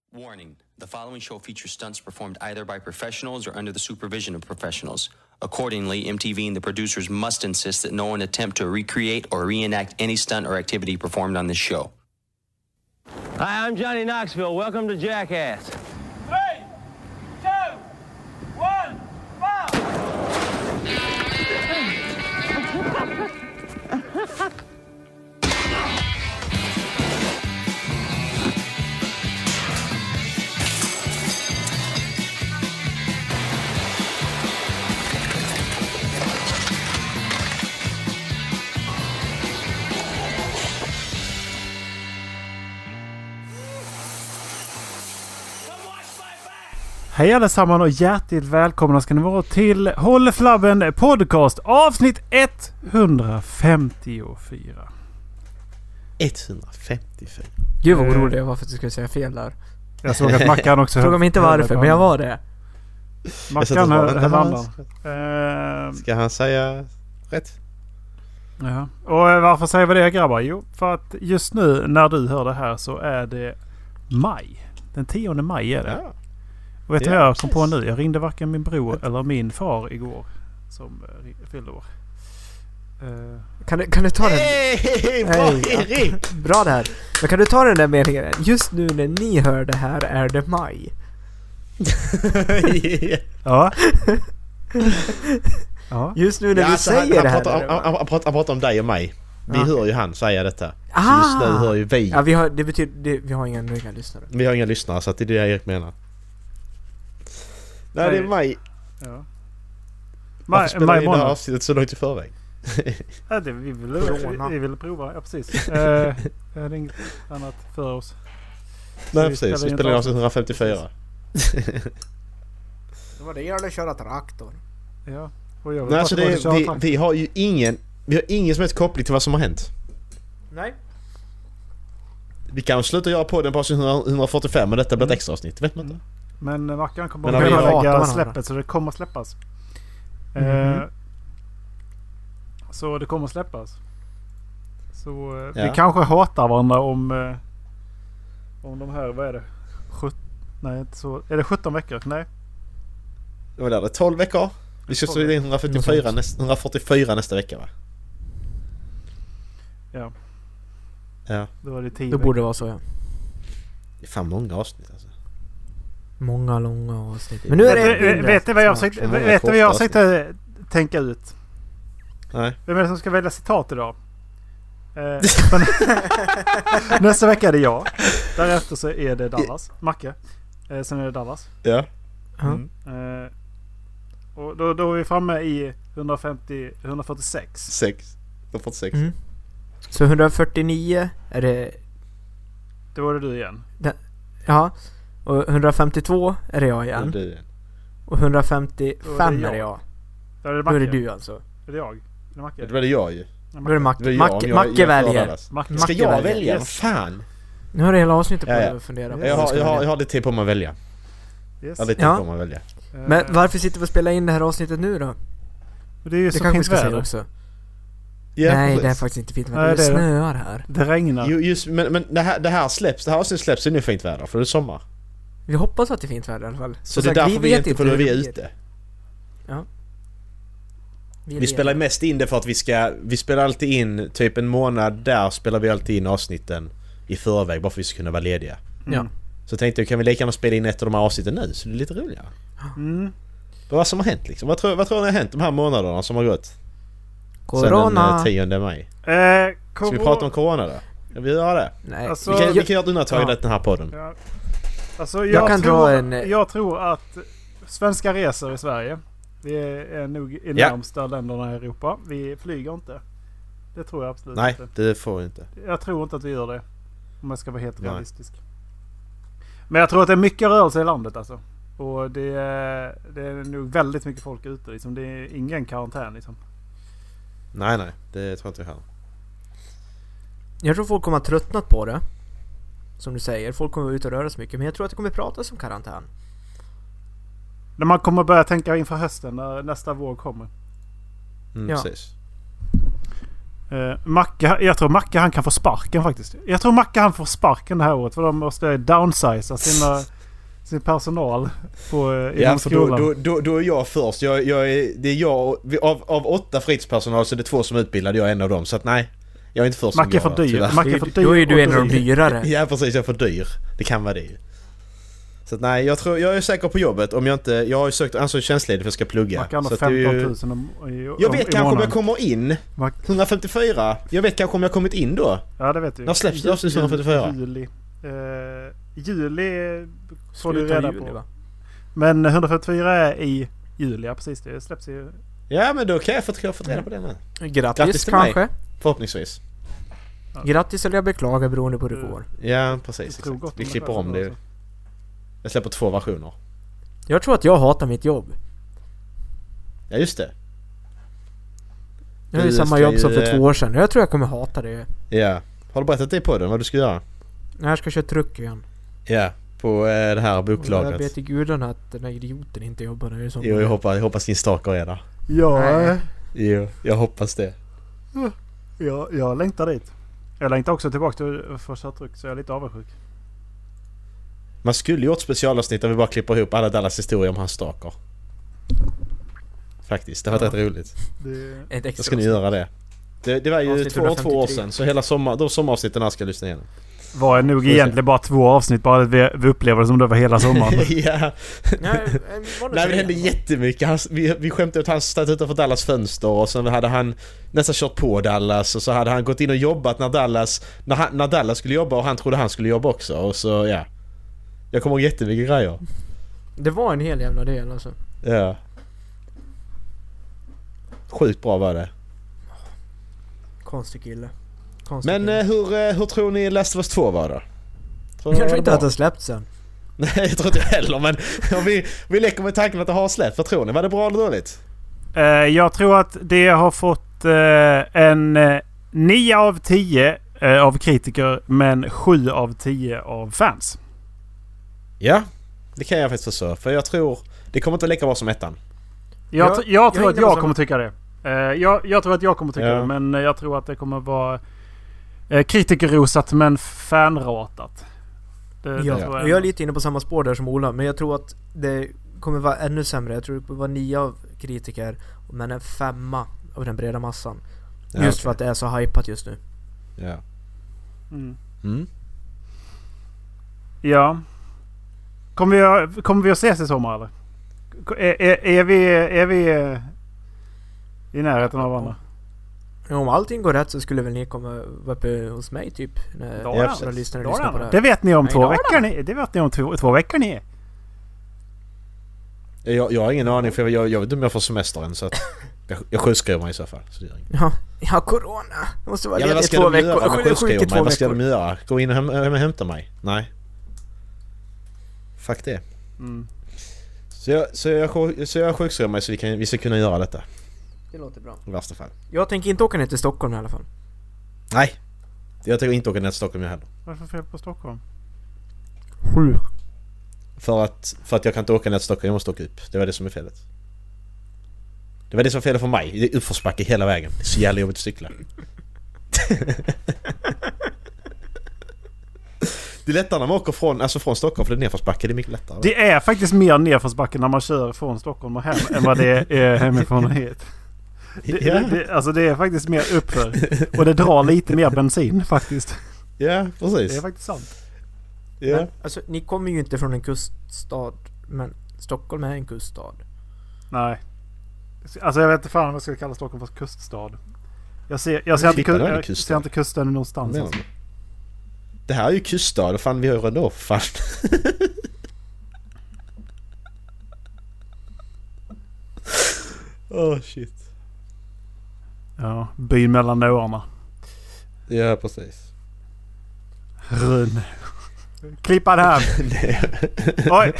Warning, the following show features stunts performed either by professionals or under the supervision of professionals. Accordingly, MTV and the producers must insist that no one attempt to recreate or reenact any stunt or activity performed on this show. Hi, I'm Johnny Knoxville. Welcome to Jackass. 3, 2, 1, fire! Hej allesammans och hjärtligt välkomna ska ni vara till Håll Flabben podcast avsnitt 154. 154. Gud vad orolig jag var för att du skulle säga fel där. Jag såg att Mackan också... Fråga mig inte varför, men jag var det. Mackan höll andan. Ska han säga rätt? Ja. Och varför säger vi det grabbar? Jo, för att just nu när du hör det här så är det maj. Den 10 maj är det. Ja. Och vet du vad jag kom på nu? Jag ringde varken min bror eller min far igår som fyllde år. Kan du ta den? Bra Erik! Bra det här. Men kan du ta den där meningen? Just nu när ni hör det här är det maj. Ja. Ja. Just nu när vi säger det här. Han pratar om dig och mig. Vi hör ju han säga detta. Så just nu hör ju vi. Ja, det betyder vi har inga lyssnare. Vi har inga lyssnare, så att det är det Erik menar. Nej, det är maj. Ja. Varför spelar vi det här avsnittet så långt i förväg? Ja, vi vill prova. Ja, precis. Det är inget annat för oss. Nej, precis. Vi spelar avsnitt 154. Det var det jag ville köra traktor. Ja. Och jag nej, alltså vi har ju ingen som helst koppling till vad som har hänt. Nej. Vi kan sluta göra på den på 145, men detta blir ett extra avsnitt, vet man inte. Men Mackan kommer att lägga släppet så det kommer släppas. Så det kommer släppas. Så vi kanske hatar varandra om de här, vad är det? Nej, inte så. Är det 17 veckor? Nej. Det var det 12 veckor. Vi ska stå in 144 nästa vecka, va? Ja. Ja. Då var det 10 det borde vara så, ja. Det är fan många avsnitt alltså. Många långa avsnitt. Men nu är det vet ni vad jag försökte tänka ut? Nej. Vem är det som ska välja citat idag? Nästa vecka är det jag. Därefter så är det Dallas. Macke. Sen är det Dallas. Ja. Och då är vi framme i 146. 146. Så 149 är det... Det var det du igen. Ja. Och 152 är det jag igen. Det är det. Och 155 är det jag. Då är det Macke. Då är det du alltså. Är det jag? Är det Macke? Det var det jag ju. Då är det Macke väljer. Ska jag välja? Yes. Fan. Nu har det hela avsnittet på att fundera på. Jag har lite tid på mig att välja. Yes. Jag har lite tid på mig att välja. Men varför sitter vi och spelar in det här avsnittet nu då? Det är ju så fint väder också. Ja, nej, precis. det är faktiskt inte fint väder. Det snöar här. Det regnar. Men det här avsnittet släpps ju nu fint väder, för det är sommar. Vi hoppas att det är fint väder i alla fall. Så det är därför vi inte får när vi är ute. Ja. Vi spelar mest in det för att vi spelar alltid in typ en månad där spelar vi alltid in avsnitten i förväg bara för att vi ska kunna vara lediga. Ja. Så tänkte jag, kan vi lika gärna spela in ett av de här avsnitten nu så det är lite roligare. Vad som har hänt liksom? Vad tror ni har hänt de här månaderna som har gått? Corona. Sen den 10 maj. Ska vi prata om corona då? Ja, vi gör det. Nej. Alltså, vi kan göra ett undantag i den här podden. Ja. Alltså, jag tror att svenska resor i Sverige, vi är nog i närmsta länderna i Europa. Vi flyger inte. Det tror jag absolut inte. Nej, det får vi inte. Jag tror inte att vi gör det. Om jag ska vara helt realistisk. Men jag tror att det är mycket rörelse i landet alltså. Och det är nog väldigt mycket folk ute liksom. Det är ingen karantän liksom. Nej, det tror inte jag heller. Jag tror folk kommer att tröttnat på det. Som du säger, folk kommer ut och röra sig mycket. Men jag tror att det kommer pratas om karantän. När man kommer börja tänka inför hösten när nästa våg kommer. Precis. Macke, jag tror Macke han kan få sparken faktiskt. Jag tror Macke han får sparken det här året för de måste downsiza sin personal inom skolan. Då är jag först. Det är jag av 8 fritidspersonal så är det 2 som är utbildade. Jag är en av dem. Så att nej, jag är inte först. Macke är för dyr. Då är du en av de dyrare. Ja precis, jag är för dyr. Det kan vara det. Så att nej, jag är säker på jobbet om jag inte... Jag har ju sökt ansökt tjänstledigt för att jag ska plugga. Macke har så 15 000 jag vet kanske om jag kommer in 154. Jag vet kanske om jag kommit in då. Ja, det vet du. När släpps det avsnitt 154? Juli får du reda på. Va? Men 154 är i juli, ja precis. Det släpps ju. Ja, men då kan jag få reda på det med. Grattis kanske. Mig, förhoppningsvis. Ja. Grattis eller jag beklagar beroende på hur det går. Ja, precis. Vi klipper om det. Jag släpper 2 versioner. Jag tror att jag hatar mitt jobb. Ja, just det. Jag har ju samma jobb som för 2 år sedan. Jag tror jag kommer hata det. Ja. Har du berättat det på den? Vad du ska göra? Jag ska köra truck igen. Ja, på det här boklagret. Jag vet till gudarna att den här idioten inte jobbar när det är sånt. Jo, jag hoppas din stalker är där. Ja. Jo, jag hoppas det. Ja, jag längtar dit. Jag längtar också tillbaka till första truck så jag är lite avundsjuk. Man skulle gjort specialavsnitt där vi bara klipper ihop alla Dallas historier om hans stalker. Faktiskt, det var rätt roligt. Jag ska ni göra det. Det var ju 2 år sedan så hela sommaravsnitten här ska jag lyssna igenom. Var nog egentligen bara 2 avsnitt bara att vi upplevde det som det var hela sommaren. Ja. Nej, det hände jättemycket. Vi skämtade att han stod utanför Dallas fönster och sen hade han nästan kört på Dallas och så hade han gått in och jobbat när Dallas skulle jobba och han trodde han skulle jobba också och så ja. Jag kommer ihåg jättemycket grejer. Det var en hel jävla del alltså. Ja. Sjukt bra var det. Konstig kille. Men hur tror ni Last of Us 2 var då? Jag tror inte att det släppt sen. Nej, jag tror inte heller. Men om vi leker med tanken att det har släppt. Vad tror ni? Var det bra eller dåligt? Jag tror att det har fått en 9 av 10 av kritiker men 7 av 10 av fans. Ja, det kan jag faktiskt förstå. För jag tror det kommer inte att leka bra som ettan. Jag tror att jag kommer tycka det. Jag tror att jag kommer tycka det. Men jag tror att det kommer vara kritikerrosat men fanratat. Jag är lite inne på samma spår där som Ola. Men jag tror att det kommer vara ännu sämre. Jag tror det kommer vara 9 av kritiker men en 5 av den breda massan. Just för att det är så hypat just nu. Ja. Ja. Kommer vi att ses i sommar eller? Är vi i närheten av varandra? Om allting går rätt så skulle väl ni komma uppe hos mig typ när våra lyssnare lyssnar på det här. Det vet ni om 2 veckor. Det vet ni om 2 veckor ni är. Jag har ingen aning för jag vet inte om jag får semester än så att jag sjukskriver mig i så fall. Så det ja, corona. Det måste vara ledig 2 veckor. Vad ska de göra? Gå in och hämta mig? Nej. Fuck det. Så jag sjukskriver mig så vi ska kunna göra detta. Det låter bra. I värsta fall. Jag tänker inte åka ner till Stockholm i alla fall. Nej. Jag tänker inte åka ner till Stockholm jag heller. Varför fel på Stockholm? 7. För att jag kan inte åka ner till Stockholm. Jag måste åka upp. Det var det som är felet. Det var det som var felet för mig. Det är uppförsbacke hela vägen. Det är så jävla jobbigt att cykla. Det är lättare när man åker från Stockholm för det är nedförsbacke. Det är mycket lättare. Det är faktiskt mer nedförsbacke när man kör från Stockholm och hem än vad det är hemifrån och hit. Alltså det är faktiskt mer uppför. Och det drar lite mer bensin faktiskt. Ja, precis. Det är faktiskt sant. Ja. Men, alltså, ni kommer ju inte från en kuststad. Men Stockholm är en kuststad. Nej. Alltså jag vet inte fan vad jag ska kalla Stockholm för kuststad. Jag ser inte kusten någonstans. Alltså. Det här är ju kuststad och fan vi har ju Rönnå fan. Shit. Ja, byn mellan åarna. Ja, precis. Rönn. Klippa det här. Oj.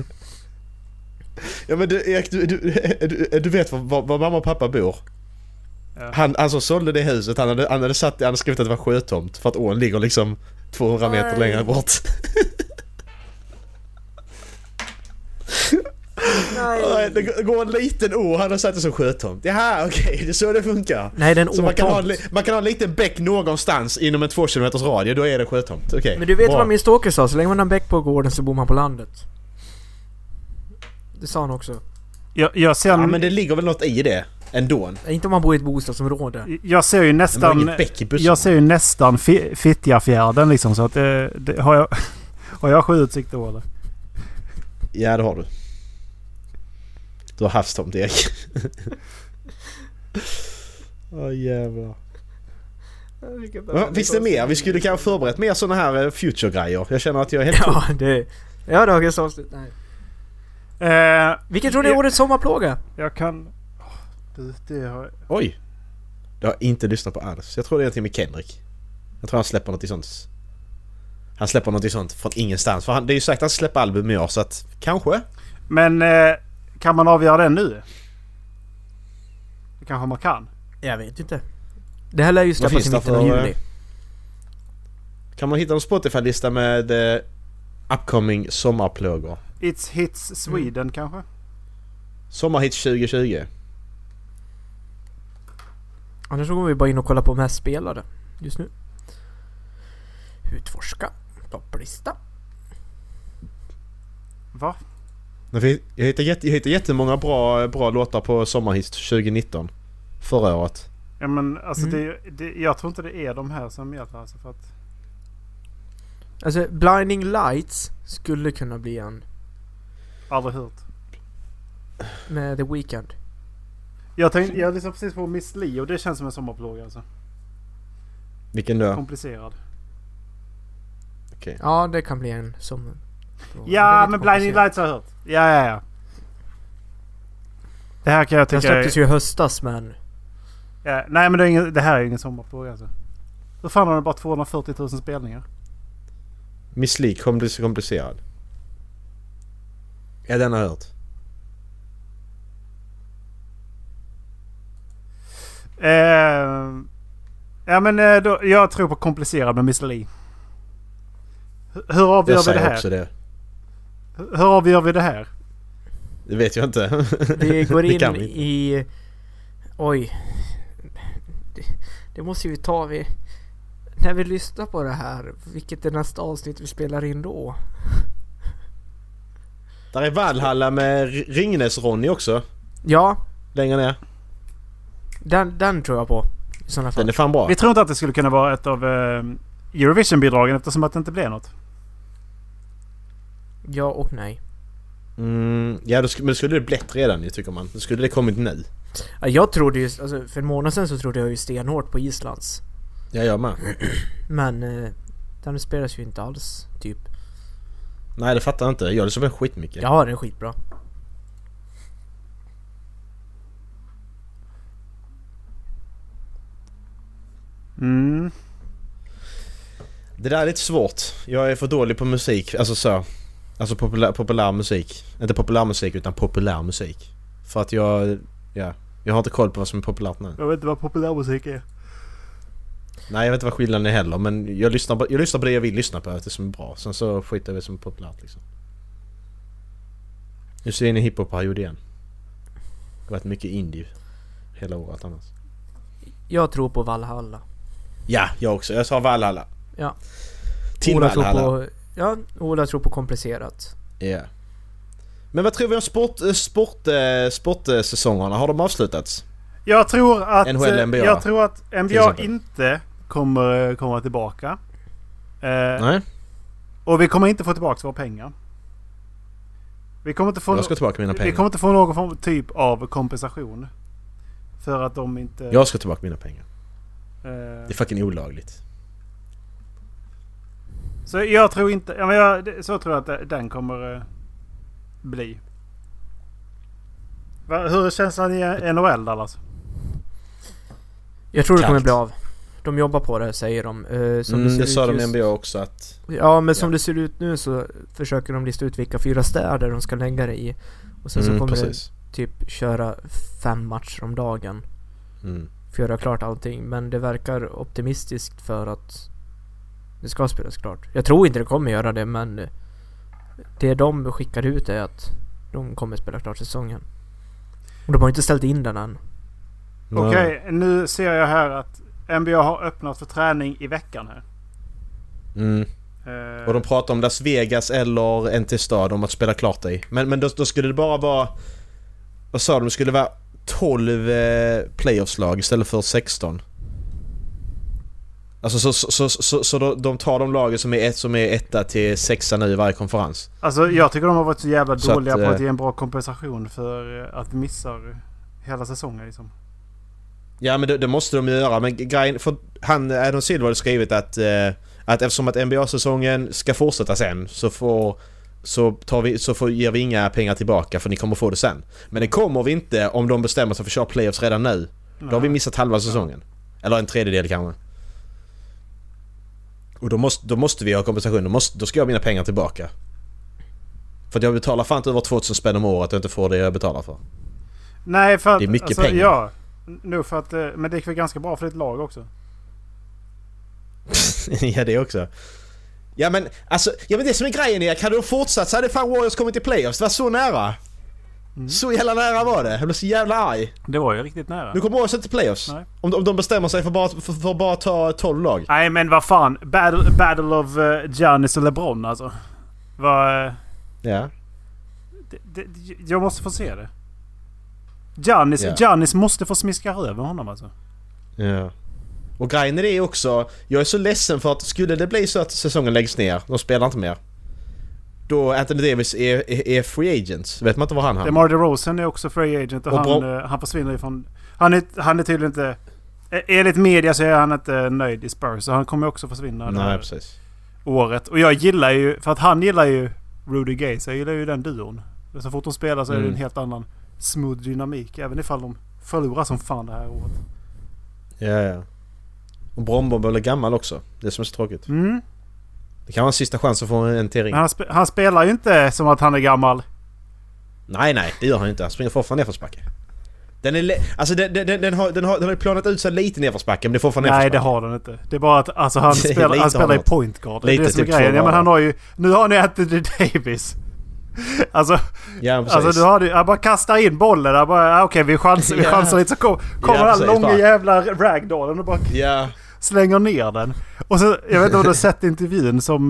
Ja men du vet var mamma och pappa bor. Ja. Han som sålde det huset, han hade skrivit att det var sjötomt för att ån ligger liksom 200 meter längre bort. Nej. Det går en liten å, han har satt det som sjötomt. Jaha, okej, det är så det funkar. Nej, det är en så åtomt. man kan ha en liten bäck någonstans inom en 2 kilometers radie, då är det sjötomt. Okay, men du vet bra. vad min stalker sa, så länge man har en bäck på gården så bor man på landet. Det sa han också. Jag ser ja, men det ligger väl något i det ändå. Inte om man bor i ett bostadsområde. Jag ser ju nästan Fittjafjärden liksom, så att det har jag sjöutsikt då eller? Ja, det har du. Du har havstomt, Erik. Jävlar. Finns det mer? Vi skulle kanske förberett mer såna här future-grejer. Jag känner att jag är helt Ja, dagens avslut. Nej. Vilket tror ni är årets sommarplåga? Jag kan... Oj. Jag har inte lyssnat på alls. Jag tror det är Timmy Kendrick. Jag tror han släpper något i sånt. Han släpper något i sånt från ingenstans. För det är ju sagt att han släpper album i år, så att kanske. Men kan man avgöra den nu? Det kanske man kan. Jag vet inte. Det här lär ju släppas i mitten av juli. Kan man hitta en Spotify-lista med upcoming sommarplågor? It's Hits Sweden kanske? Sommarhits 2020. Annars går vi bara in och kolla på mest spelare just nu. Utforska. Topplista. Va? Jag hittade jättemånga bra låtar på Sommarhits 2019. Förra året. Ja, men alltså jag tror inte det är de här som gäller, alltså, för att... Alltså Blinding Lights skulle kunna bli en... Aldrig hört. Med The Weeknd. Jag lyssnade precis på Miss Li och det känns som en sommarplåga, alltså. Vilken då? Komplicerad. Okay. Ja, det kan bli en sommar. Ja, men Blinding Lights har jag hört. Ja. Det här kan jag tycka... Den släpptes ju i höstas, men... Ja, nej, men det här är ingen sommarplåga, alltså. Då fan har det bara 240 000 spelningar. Miss Li komplicerad. Ja, den har jag hört. Ja, men jag tror på komplicerad med Miss Li. Hur avgör vi det här? Också det. Hur avgör vi det här? Det vet jag inte. Vi går in i... Oj. Det måste vi ta när vi lyssnar på det här. Vilket är nästa avsnitt vi spelar in då? Där är Valhalla med Ringnes-Ronny också. Ja. Längre ner. Den tror jag på. I sådana fall. Den är fan bra. Vi tror inte att det skulle kunna vara ett av Eurovision-bidragen eftersom att det inte blev något. Ja och nej. Ja, men skulle det blivit redan, jag tycker man. Skulle det kommit nu? Ja, jag trodde ju, alltså, för en månad sedan så trodde jag ju stenhårt på Islands. Ja, jag med. Men den spelas ju inte alls, typ. Nej, det fattar jag inte. Jag lyssnar på skitmycket. Ja, det är skitbra. Det där är lite svårt. Jag är för dålig på musik. Alltså populär musik. Inte populär musik utan populär musik. För att jag har inte koll på vad som är populärt nu. Jag vet inte vad populär musik är. Nej, jag vet inte vad skillnaden är heller. Men jag lyssnar på det jag vill lyssna på. Det som är bra. Sen så skiter jag det som är populärt liksom. Nu ser jag in i hiphop-period igen. Det har varit mycket indie hela året annars. Jag tror på Valhalla. Ja, jag också. Jag sa Valhalla. Ja. Till Ola Valhalla. Tror på, ja, Ola tror på komplicerat. Ja. Men vad tror vi om sportsäsongerna? Har de avslutats? Jag tror att NHL, NBA. Jag tror att NBA inte kommer komma tillbaka. Nej. Och vi kommer inte få tillbaka våra pengar. Vi kommer inte få jag ska tillbaka mina pengar. Vi kommer inte få någon typ av kompensation. För att de inte... Jag ska tillbaka mina pengar. Det är fucking olagligt. Så jag tror inte... så tror jag att den kommer bli. Hur känns det i NHL då, alltså? Jag tror det kommer bli av. De jobbar på det, säger de. Det sa de i NBA också att... Ja, men som det ser ut nu så försöker de lista ut vilka 4 städer de ska lägga det i. Och sen så kommer det typ köra 5 matcher om dagen. För att göra klart allting. Men det verkar optimistiskt för att det ska spelas klart. Jag tror inte det kommer göra det, men det de skickar ut är att de kommer spela klart säsongen. Och de har inte ställt in den än. Okej, nu ser jag här att NBA har öppnat för träning i veckan här. Och de pratar om Las Vegas eller NT Stad om att spela klart i. Men då skulle det bara vara... Vad sa de? Det skulle vara 12 playoffslag istället för 16. Alltså så de tar de lagen som är 1 till 6 nu i varje konferens. Alltså jag tycker de har varit så jävla dåliga på att ge en bra kompensation för att missa hela säsongen liksom. Ja, men det måste de göra. Men grejen, för Adam Silver har skrivit att eftersom att NBA-säsongen ska fortsätta sen ger vi inga pengar tillbaka, för ni kommer få det sen. Men det kommer vi inte om de bestämmer sig för att köra playoffs redan nu. Då har vi missat halva säsongen. Eller en tredjedel kanske. Och då måste vi ha kompensation. Då ska jag ha mina pengar tillbaka. För att jag betalar fan inte över 2000 spänn om året och inte får det jag betalar för. Nej, för att, det är mycket pengar. Ja, nu för att, men det gick väl ganska bra för ditt lag också. Ja, det också. Ja men det som är grejen är, hade de fortsatt så hade fan Warriors kommit till playoffs. Det var så nära. Så jävla nära var det. Jag blev så jävla arg. Det var ju riktigt nära. Nu kommer Warriors inte till playoffs. Om de bestämmer sig för bara ta 12 lag. Nej, men vad fan. Battle of Giannis och LeBron alltså. Ja. Jag måste få se det. Giannis måste få smiska över honom alltså. Ja. Och grejen är det också, jag är så ledsen för att skulle det bli så att säsongen läggs ner, de spelar inte mer, då Anthony Davis är free agent. Vet man inte var han hamnar. DeMar DeRozan är också free agent och han försvinner ifrån... Han är tydligen inte... Enligt media så är han inte nöjd i Spurs, så han kommer också försvinna det här året. Och jag gillar ju... För att han gillar ju Rudy Gay, så jag gillar ju den duon. Så fort de spelar så är det en helt annan smooth dynamik, även ifall de förlorar som fan det här året. Ja. Och Brombo blir gammal också. Det som är så tråkigt. Det kan vara en sista chans att få en till ring. Han spelar ju inte som att han är gammal. Nej, det gör han inte. Han springer fortfarande nedförsbacke. Den har ju planat ut sig lite nedförsbacke, men det får fortfarande nedförsbacke. Nej, det har den inte. Det är bara att alltså, han spelar i point guard. Det är det som är typ grejen. Ja, men han har ju... Nu har ni Anthony Davis. Alltså, han bara kastar in bollen. Han bara, okej, vi chansar lite, så kommer den här långa jävla ragdollen och bara slänger ner den. Och så, jag vet inte om du har sett intervjun som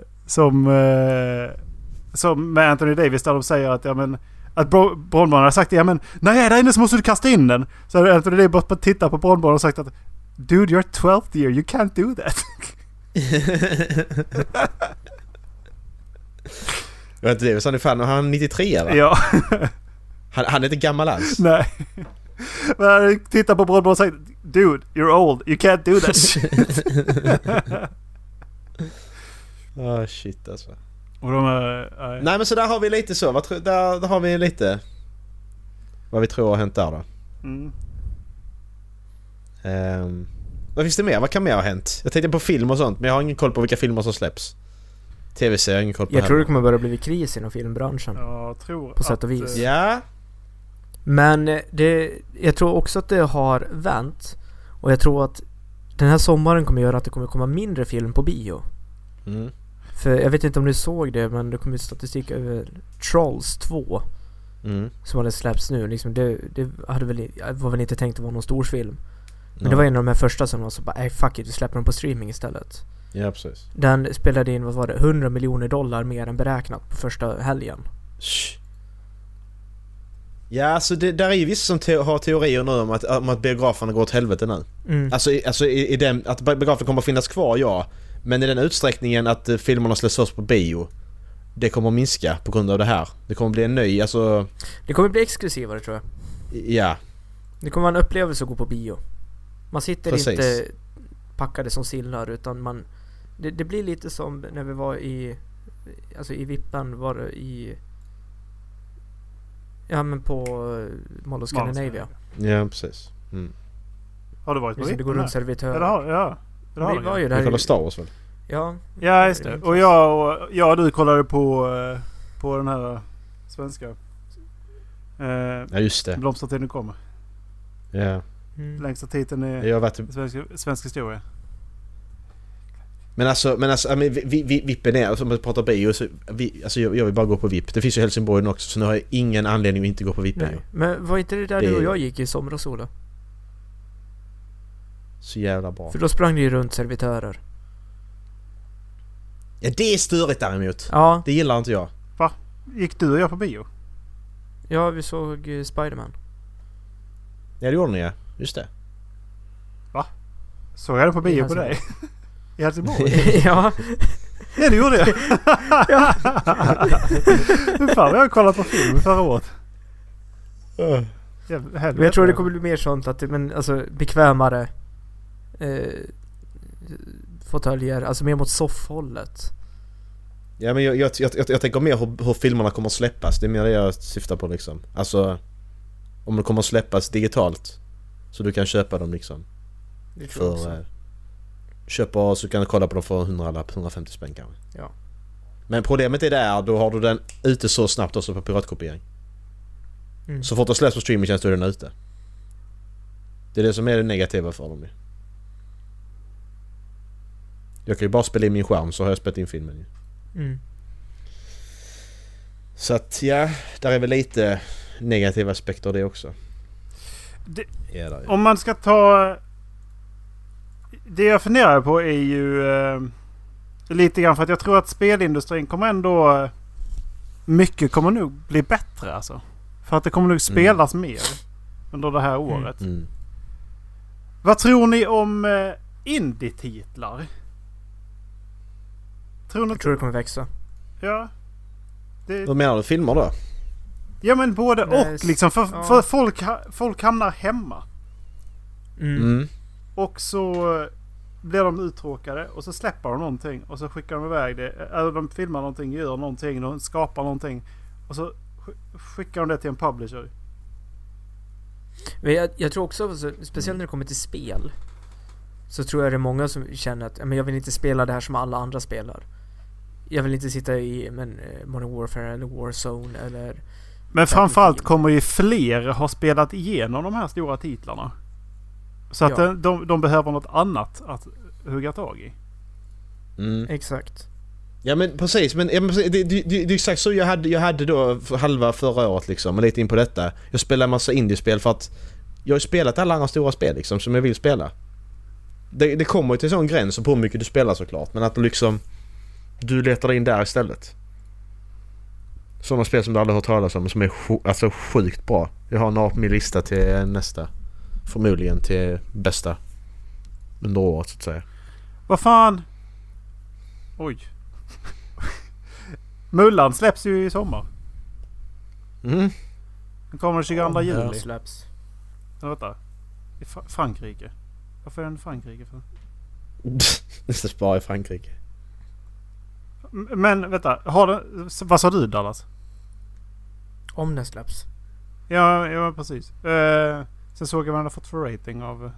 med Anthony Davis där de säger att att Bronman har sagt när jag är där inne så måste du kasta in den. Så har Anthony Davis bara tittat på Bronman och sagt att dude, you're 12th year, you can't do that. Jag vet inte det, han är fan, han är 93 eller? Ja. Han är inte gammal alls. Nej. Men han tittar på Bronman och säger dude, you're old, you can't do that shit. Shit alltså. Och nej, men så där har vi lite så. Där har vi lite vad vi tror har hänt där då. Vad finns det mer? Vad kan mer ha hänt? Jag tänkte på film och sånt, men jag har ingen koll på vilka filmer som släpps. TV-serier, jag har ingen koll på. Jag tror det kommer börja bli kris inom filmbranschen. Jag tror på sätt och vis. Ja. Men jag tror också att det har vänt. Och jag tror att den här sommaren kommer göra att det kommer komma mindre film på bio. För jag vet inte om ni såg det, men det kom ut statistik över Trolls 2 som hade släppts nu. Liksom det var väl inte tänkt att vara någon stor film. Men det var en av de här första som var så bara, fuck it, vi släpper den på streaming istället. Ja, precis. Den spelade in, vad var det, $100 miljoner mer än beräknat på första helgen. Ja, så där är ju vissa som har teorier nu om att biograferna går åt helvete nu. Alltså i den, att biografen kommer att finnas kvar, ja. Men i den utsträckningen att filmerna släpps först på bio, det kommer att minska på grund av det här. Det kommer att bli en ny, alltså... Det kommer att bli exklusivare, tror jag. Ja. Det kommer att vara en upplevelse att gå på bio. Man sitter inte packade som sillar, utan det blir lite som när vi var i Vippan, var det i... Ja, men på Mall of Scandinavia. Ja, precis. Har du varit på Vippan? Det går runt servitörer. Ja. Vi var ju där. Vi kollade Star Wars väl? Ja, just det. Och jag och du kollade på den här svenska. Ja, just det. Blomstertiden kommer. Ja. Längsta titeln är svensk historia. Men vippen är, alltså, om man pratar bio så, jag vill bara gå på VIP. Det finns ju Helsingborg också, så nu har jag ingen anledning att inte gå på VIP. Nej. Men var inte det där du och jag gick i somras, Ola? Så jävla bra. För då sprang det ju runt servitörer. Ja, det är störigt däremot. Ja. Det gillar inte jag. Va? Gick du och jag på bio? Ja, vi såg Spider-Man. Ja, det gjorde ni, ja. Just det. Va? Såg jag det på bio på dig? I Helsingborg? Ja. Ja, det gjorde jag. Ja. Fan, jag har kollat på film förra året. Men jag tror det kommer bli mer sånt att bekvämare fåtöljer, alltså mer mot soffhållet. Ja, men jag tänker mer hur filmerna kommer att släppas. Det är mer det jag syftar på liksom. Alltså om de kommer att släppas digitalt så du kan köpa dem liksom. Det tror jag köpa så kan du kolla på dem för 150 spänn kanske. Ja. Men problemet är där, då har du den ute så snabbt också på piratkopiering. Så fort du släpps på streamingtjänst är den ute. Det är det som är det negativa för dem. Jag kan ju bara spela in min skärm så har jag spelat in filmen. Så att ja, där är väl lite negativa aspekter av det också. Om man ska ta... Det jag funderar på är ju lite grann för att jag tror att spelindustrin kommer ändå... Mycket kommer nog bli bättre alltså. För att det kommer nog spelas mer under det här året. Vad tror ni om indie-titlar? Jag tror det kommer växa. Ja. Vad menar du? Filmer då? Ja, men både och liksom. För folk hamnar hemma. Och så blir de uttråkade och så släpper de någonting och så skickar de iväg det. Eller de filmar någonting, gör någonting, de skapar någonting och så skickar de det till en publisher. Men jag tror också, speciellt när det kommer till spel, så tror jag det är många som känner att jag vill inte spela det här som alla andra spelar. Jag vill inte sitta i Modern Warfare eller Warzone eller... Men framförallt kommer ju fler ha spelat igenom de här stora titlarna. Så att de behöver något annat att hugga tag i. Exakt. Ja, men precis, men det är exakt så jag hade då för halva förra året liksom, lite in på detta. Jag spelar en massa indiespel för att jag har spelat alla andra stora spel liksom som jag vill spela. Det kommer ju till en sån gräns på hur mycket du spelar såklart, men att du letar in där istället. Sådana spel som du aldrig har hört talas om som är sjukt bra. Jag har min lista till nästa. Förmodligen till bästa under året så att säga. Vad fan? Oj. Mullan släpps ju i sommar. Den kommer 22 juli. Släpps. Vänta. I Frankrike. Varför är den i Frankrike för? Det släpps bara i Frankrike. Men vänta, vad sa du, Dallas? Om den släpps. Ja, precis. Sen såg jag vad den har fått för rating av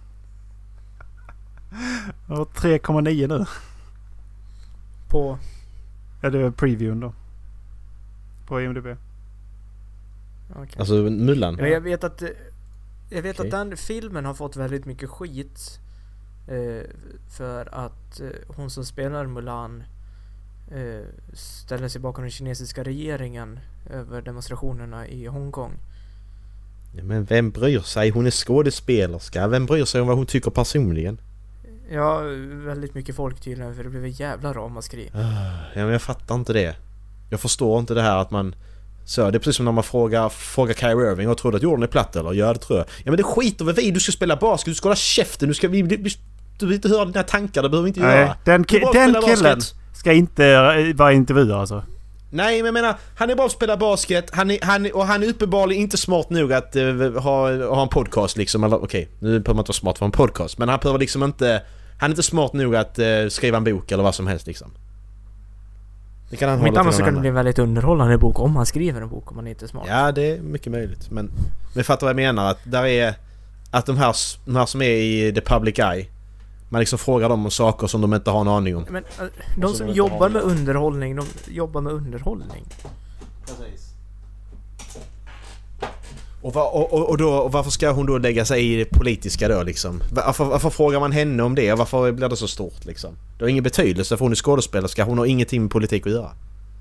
3,9 nu. På? Ja, det är previewn då. På IMDb. Okay. Alltså Mullan. Ja, jag vet att den filmen har fått väldigt mycket skit för att hon som spelar Mulan ställer sig bakom den kinesiska regeringen över demonstrationerna i Hongkong. Ja, men vem bryr sig? Hon är skådespelerska. Vem bryr sig om vad hon tycker personligen? Ja, väldigt mycket folk tydligen, för det blev en jävla ramaskri. Ja, men jag fattar inte det. Jag förstår inte det här att man... Så det är precis som när man frågar Kyrie Irving och tror att jorden är platt eller? Ja, det tror jag. Ja, men det skiter väl vi. Du ska spela basket, du ska hålla käften. Du vill inte höra dina tankar, det behöver vi inte göra. Den killen ska inte vara intervjuad alltså. Nej, men jag menar, han är bara att spela basket. Han är uppenbarligen inte smart nog att ha en podcast liksom. Eller okej, nu behöver man inte vara smart för en podcast. Men han behöver liksom inte... Han är inte smart nog att skriva en bok eller vad som helst liksom. Det kan han om inte annars så kan det bli en väldigt underhållande bok om han skriver en bok, om han inte är smart. Ja, det är mycket möjligt. Men fattar vad jag menar. Att där är... Att de här som är i the public eye, man liksom frågar dem om saker som de inte har en aning om. Men de som jobbar med underhållning, de jobbar med underhållning. Precis. Och varför ska hon då lägga sig i det politiska då liksom? Varför frågar man henne om det? Varför blir det så stort liksom? Det har ingen betydelse för hon är skådespelerska. Hon har ingenting med politik att göra.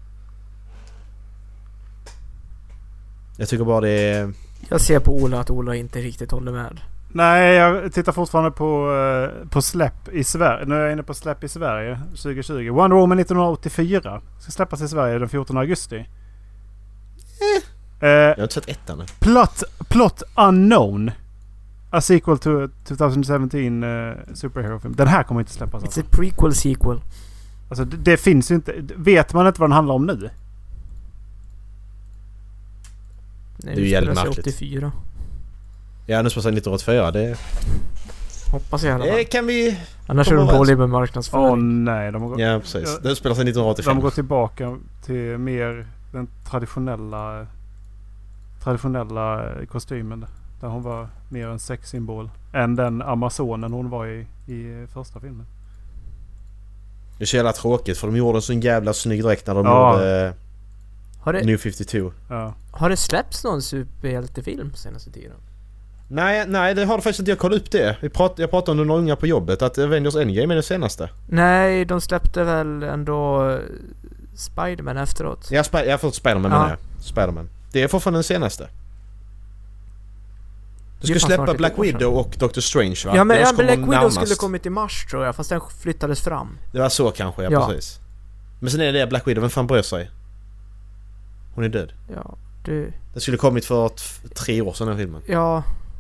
Jag tycker bara det är... Jag ser på Ola att Ola inte riktigt håller med. Nej, jag tittar fortfarande på släpp i Sverige. Nu är jag inne på släpp i Sverige 2020. Wonder Woman 1984 ska släppas i Sverige den 14 augusti. Jag har inte sett ettan. Plot Unknown. A sequel to 2017 superhero film. Den här kommer inte släppas. It's a prequel sequel. Alltså det finns ju inte. Vet man inte vad den handlar om nu? Nej, det är ju jävligt märkligt. 84. Ja, nu spelar sig 1984. Det hoppas jag i alla fall. Kan vi... Annars är de dåliga med marknadsföring. Nej, de har gått... Ja, precis. Det spelar sig 1985. De har gått tillbaka till mer den traditionella kostymen. Där hon var mer en sexsymbol än den Amazonen hon var i första filmen. Det är så jävla tråkigt för de gjorde en sån jävla snygg dräkt när de gjorde New 52. Ja. Har det släppts någon superhjältefilm senaste tiden? Nej, det har det faktiskt inte. Jag kollade upp det. Jag pratade om några unga på jobbet att Avengers Endgame är det senaste. Nej, de släppte väl ändå Spider-Man efteråt. Jag har fått Spider-Man med Spider-Man. Det är fortfarande den senaste. Du ska släppa Black Widow och Doctor Strange, va? Ja, men Black Widow skulle kommit i mars tror jag, fast den flyttades fram. Det var så kanske, ja. Precis. Men sen är det Black Widow, vem fan bryr sig? Hon är död. Ja, det... Den skulle kommit för 3 år sedan den filmen. Ja.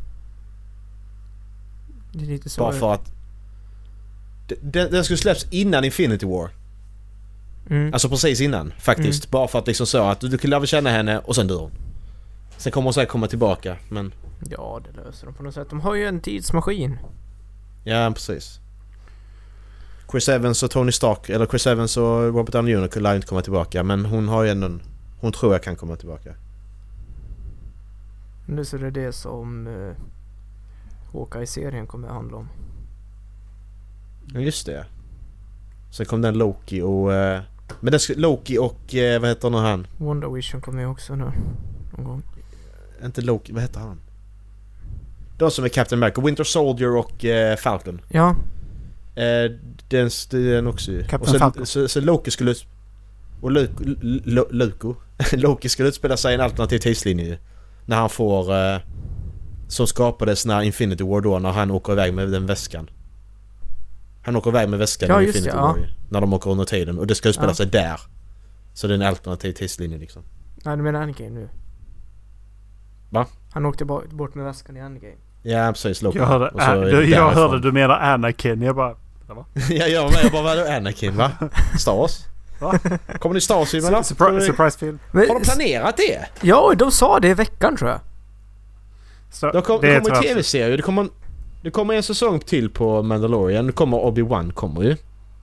Det är lite så. Bara för att... Den skulle släpps innan Infinity War. Alltså precis innan, faktiskt. Bara för att liksom så att du kan lära känna henne och sen dör hon. Sen kommer hon säkert komma tillbaka, men... Ja, det löser de på något sätt. De har ju en tidsmaskin. Ja, precis. Chris Evans och Tony Stark, eller Chris Evans och Robert Downey Jr. kunde inte komma tillbaka, men hon har ju ändå... Hon tror jag kan komma tillbaka. Nu så är det som Hawkeye-serien kommer att handla om. Ja, just det. Sen kom den Loki och... men det Loki och... vad heter han? Wonder Vision kommer ju också nu. Någon gång. Inte Loki, vad heter han? De som är Captain America, Winter Soldier och Falcon. Ja. Den också. Captain Falcon. Så Loki skulle... Och Loki skulle utspela sig i en alternativ tidslinje. När han får... som skapades när Infinity War då, när han åker iväg med den väskan. Han åker iväg med väskan i Infinity War. När de åker under tiden. Och det ska utspela sig där. Så det är en alternativ tidslinje liksom. Nej, du menar Endgame nu. Va? Han åkte bort med väskan i Endgame. Ja, precis. Loki. Jag hörde du menar Anakin. Jag bara... jag bara, vad är Anakin, va? Star Wars? Va? Kommer ni Star Wars-filmerna? Surprise film. Har de planerat det? Ja, de sa det i veckan tror jag. Det kommer en tv-serie. Det kommer en säsong till på Mandalorian. Det kommer Obi-Wan, kommer ju.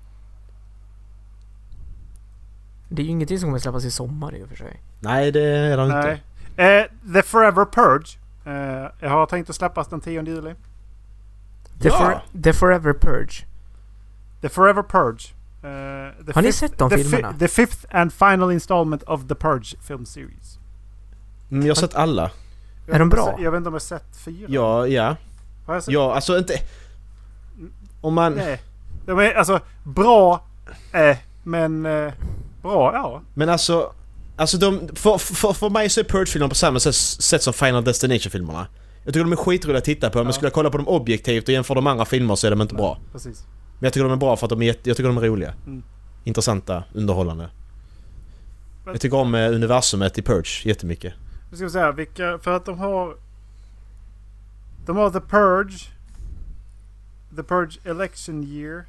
Det är ju ingenting som kommer släppas i sommar i och för sig. Nej, det är det inte. The Forever Purge. Jag har tänkt att släppas den 10 juli. The Forever Purge. The Forever Purge. Har ni sett de filmerna? The fifth and final installment of the Purge film series. Jag har sett alla. Är de bra? Jag vet inte om jag har sett 4. Ja. Har jag sett? Ja, alltså inte... Om man... Nej. De är alltså bra, men bra, ja. Men alltså de, för mig så är Purge-filmerna på samma sätt som Final Destination-filmerna. Jag tycker de är skitroliga att titta på. Om jag skulle kolla på dem objektivt och jämföra de andra filmer så är de inte bra. Precis. Men jag tycker de är bra för att jag tycker de är roliga. Intressanta, underhållande. Jag tycker om universumet i Purge jättemycket. Nu ska vi säga vilka, för att de har The Purge Election Year.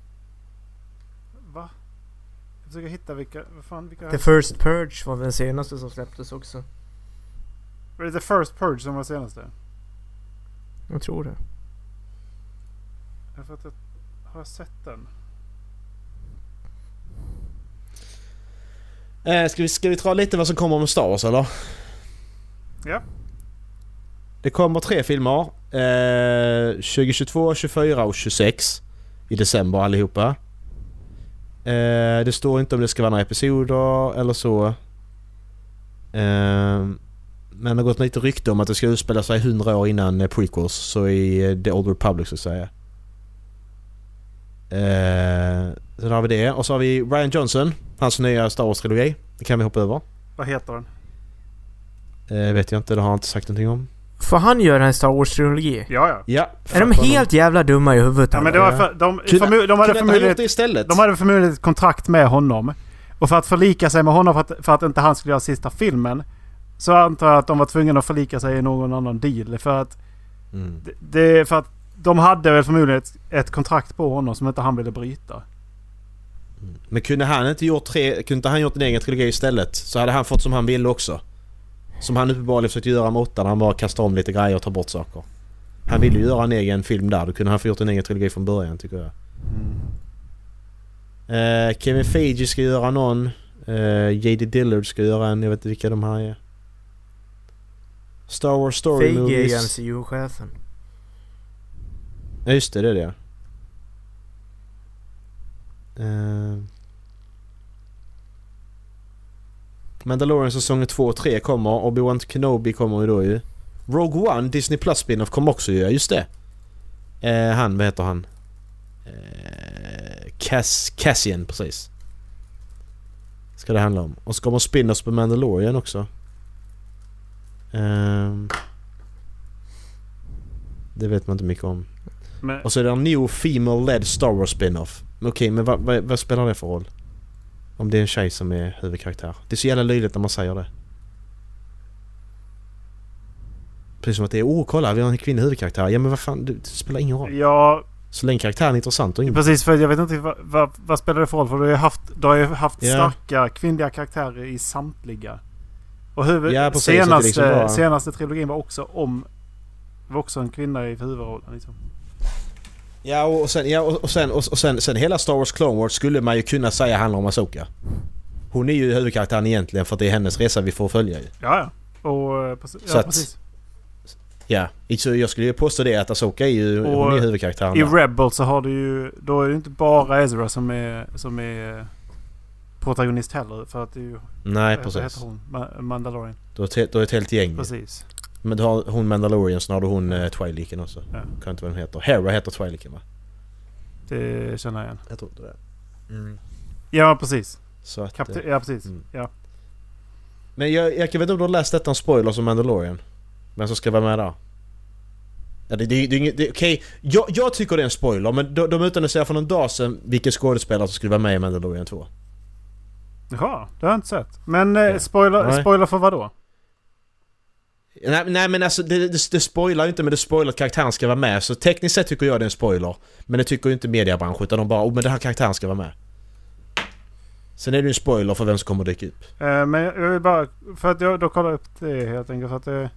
Va? Jag försöker hitta vilka The First Purge var den senaste som släpptes också. Var det The First Purge som var senaste? Jag tror det. Har jag sett den? Ska vi ta lite vad som kommer med Star Wars, eller? Ja. Det kommer 3 filmer. 2022, 24 och 26 i december allihopa. Det står inte om det ska vara några episoder eller så. Men det har gått lite rykte om att det ska utspela sig 100 år innan prequels. Så i The Old Republic så att säga. Sen har vi det. Och så har vi Rian Johnson. Hans nya Star Wars-trilogi. Det kan vi hoppa över. Vad heter den? Vet jag inte. Det har han inte sagt någonting om. Får han göra en Star Wars-trilogi? Ja. Är de helt jävla dumma i huvudet? Ja, men det var de hade förmodligen ett kontrakt med honom. Och för att förlika sig med honom för att inte han skulle göra sista filmen, så antar jag att de var tvungna att förlika sig i någon annan deal. För att för att de hade väl förmodligen ett kontrakt på honom som inte han ville bryta. Men kunde han gjort en egen trilogi istället, så hade han fått som han ville också. Som han uppenbarligen försökte göra med 8, han bara kastade om lite grejer och ta bort saker. Han ville ju göra en egen film där. Då kunde han få gjort en egen trilogi från början, tycker jag. Kevin Feige ska göra någon. J.D. Dillard ska göra en. Jag vet inte vilka de här är. Star Wars Story Feige Movies. är MCU-chefen. Ja, just det är det. Mandalorian säsong 2 och 3 kommer. Obi-Wan Kenobi kommer ju då ju. Rogue One, Disney Plus spin-off kommer också ju. Just det. Vad heter han? Cassian, precis. Ska det handla om. Och så kommer spin-offs på Mandalorian också. Det vet man inte mycket om. Men... Och så är det en new female-led Star Wars spin-off. Okej, men vad spelar det för roll? Om det är en tjej som är huvudkaraktär. Det är så jävla löjligt när man säger det. Precis som att det är, kolla, vi har en kvinnlig huvudkaraktär. Ja, men vad fan, det spelar ingen roll. Ja. Så länge karaktären är intressant och inte. Precis, för jag vet inte vad spelar det för roll. För du har ju haft starka kvinnliga karaktärer i samtliga. Och senaste trilogin var också en kvinna i huvudrollen liksom. Ja, och sen hela Star Wars Clone Wars skulle man ju kunna säga handlar om Ahsoka. Hon är ju huvudkaraktären egentligen, för att det är hennes resa vi får följa ju. Ja. Och precis. Ja, så jag skulle ju påstå det att Ahsoka är ju hon är huvudkaraktären. I Rebels så har du ju, då är det inte bara Ezra som är protagonist heller, för att det är ju... Nej, precis. Vad heter hon? Mandalorian. Då är ett helt gäng. Precis. Men du har hon Mandalorian, så har du hon Twi'leken också. Ja. Kan inte vad hon heter. Hera heter Twi'leken, va? Det känner jag igen. Jag tror inte det. Ja, precis. Så att, ja, precis. Ja. Men jag vet inte om du har läst detta om spoilers om Mandalorian. Men så ska vara med där. Ja, det okej. Jag tycker det är en spoiler, men de utannonserade för någon dag sedan vilken skådespelare som skulle vara med i Mandalorian 2. Jaha, det har jag inte sett. Men spoiler för vad då? Nej, men alltså det spoilar ju inte, men det spoilar att karaktären ska vara med. Så tekniskt sett tycker jag det är en spoiler. Men det tycker ju inte mediebranschen, utan de bara, men den här karaktären ska vara med. Sen är det ju en spoiler för vem som kommer dyka upp. Men jag vill bara, för att jag då kollar upp det helt enkelt, för att det...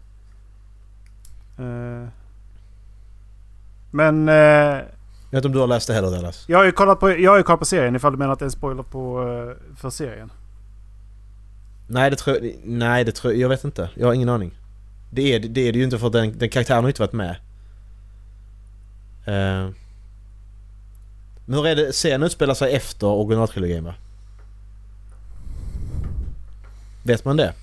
Men... jag vet inte om du har läst det heller, Dallas. Jag har ju kollat på serien, ifall du menar att det är en spoiler för serien. Nej, det tror jag vet inte. Jag har ingen aning. Det är det ju inte, för den karaktären har inte varit med. Men hur är det? Serien utspelar sig efter originaltrilogin, va? Vet man det?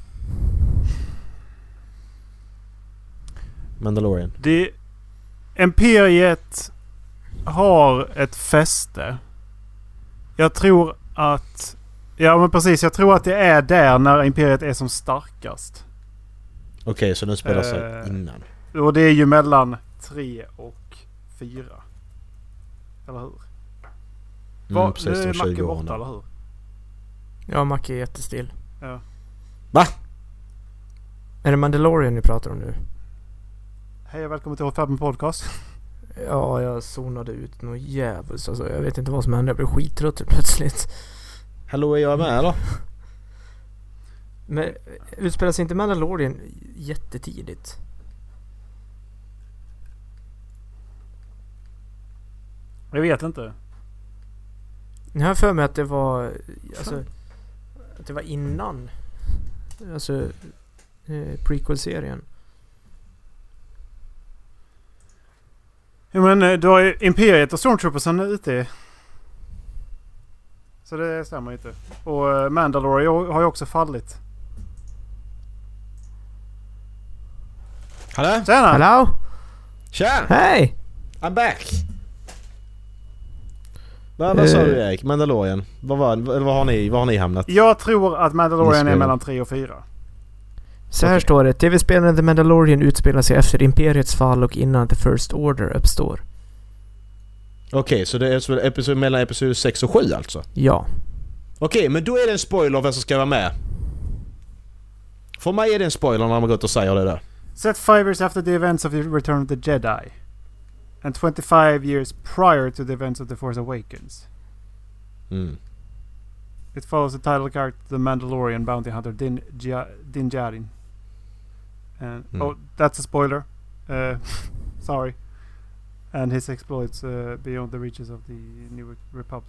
Mandalorian. Imperiet har ett fäste. Jag tror att... Ja, men precis. Jag tror att det är där när Imperiet är som starkast. Okej, så den spelar sig innan. Och det är ju mellan 3 och 4. Eller hur? Precis, är Macke borta, eller hur? Ja, Macke är jättestill. Ja. Va? Är det Mandalorian ni pratar om nu? Hej och välkommen till Hot Podcast. Ja, jag zonade ut något jävligt. Alltså, jag vet inte vad som hände. Jag blev skittrött plötsligt. Hallå, är jag med eller? Men utspelar sig inte Mandalorian jättetidigt? Jag vet inte. Jag har för mig att det var... Alltså, att det var innan. Alltså... prequel-serien. Ja, men du har ju Imperiet och Stormtroopersen ute. Så det stämmer inte. Och Mandalorian har ju också fallit. Hallå? Tjena! Hallå? Tja! Hej! I'm back! Vad sa du Erik? Mandalorian? Vad har ni hamnat? Jag tror att Mandalorian är mellan 3 och 4. Så här står det. TV-spelen The Mandalorian utspelar sig efter Imperiets fall och innan The First Order uppstår. Okej, så det är mellan episod 6 och 7 alltså? Ja. Okej, men då är det en spoiler vem som ska vara med. För mig är det en spoiler när man gått och säger det där. Set 5 years after the events of the Return of the Jedi. And 25 years prior to the events of The Force Awakens. It follows the title character, the Mandalorian bounty hunter Din Djarin. And that's a spoiler. Sorry. And his exploits beyond the reaches of the New Republic.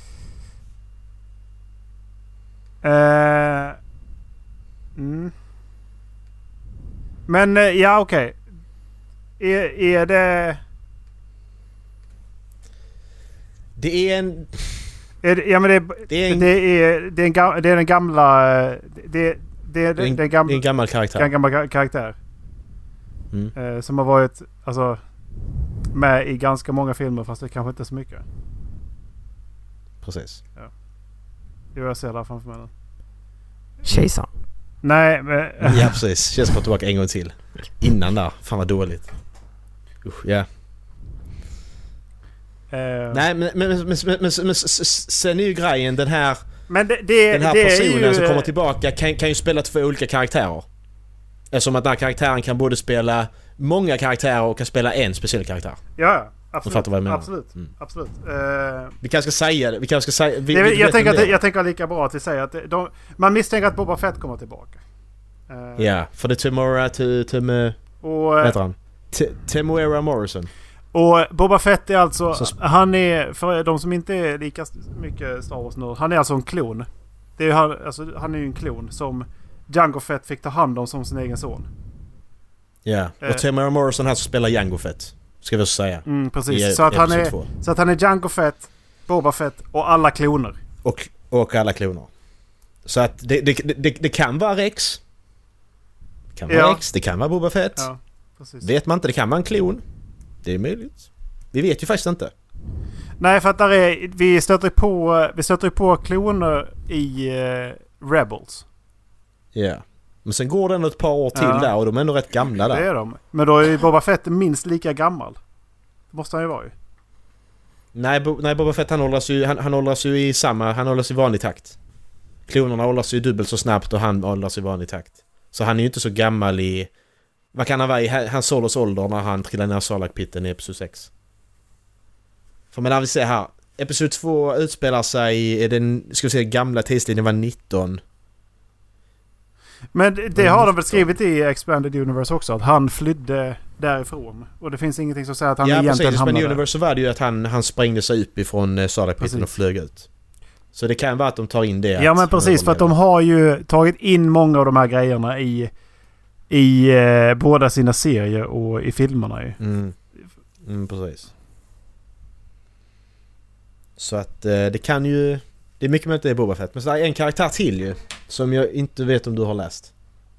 Men ja, okej. Är det... Det är en... Det är den gamla... Det är en gammal karaktär. En gammal karaktär. Som har varit alltså, med i ganska många filmer, fast det kanske inte är så mycket. Precis. Ja. Jag ser där framför mig. Kejsaren. Nej, men... Ja, precis. Känns på tillbaka en gång till. Innan där. Fan vad dåligt. Usch, ja. Nej, men sen är ju grejen den här... Men den här personen som kommer tillbaka kan ju spela 2 olika karaktärer. Eftersom att den här karaktären kan både spela många karaktärer och kan spela en speciell karaktär. Ja, absolut. Fattar vad jag menar. Absolut. Vi kanske ska säga det. Jag tänker lika bra att vi säger att man misstänker att Boba Fett kommer tillbaka. Ja, för det vad heter han? Temuera Morrison. Och Boba Fett är alltså... Han är, för de som inte är lika mycket Star Wars nu, han är alltså en klon. Han är ju en klon som Jango Fett fick ta hand om som sin egen son. Ja, och Temuera Morrison här som spelar Jango Fett, ska vi säga. Precis, så att han är Jango Fett, Boba Fett och alla kloner. Och alla kloner. Så att det kan vara Rex. Det kan vara Rex, det kan vara Boba Fett. Ja, precis. Vet man inte, det kan vara en klon. Det är möjligt. Vi vet ju faktiskt inte. Nej, för att vi stöter på kloner i Rebels. Ja. Men sen går det ändå ett par år till där och de är ändå rätt gamla där. Det är de. Men då är ju Boba Fett minst lika gammal. Det måste han ju vara ju. Nej, Boba Fett han hållas ju i vanlig takt. Klonerna hållas ju dubbelt så snabbt och han hållas i vanlig takt. Så han är ju inte så gammal i... Vad kan han vara i hans Solos ålder när han trillar ner Sarlacc-pitten i episod 6? För men när vi ser här, episod 2 utspelar sig i den, ska vi säga, gamla tidslinjen var 19. Men det har de väl skrivit i Expanded Universe också, att han flydde därifrån. Och det finns ingenting som säger att han egentligen hamnade där. Ja, precis. I Expanded Universe så var det ju att han sprängde sig upp ifrån Sarlacc-pitten och flög ut. Så det kan vara att de tar in det. Ja, men precis, för att de har ju tagit in många av de här grejerna i båda sina serier och i filmerna ju. Precis. Så att det kan ju... Det är mycket möjligt det är Boba Fett. Men så är en karaktär till ju, som jag inte vet om du har läst.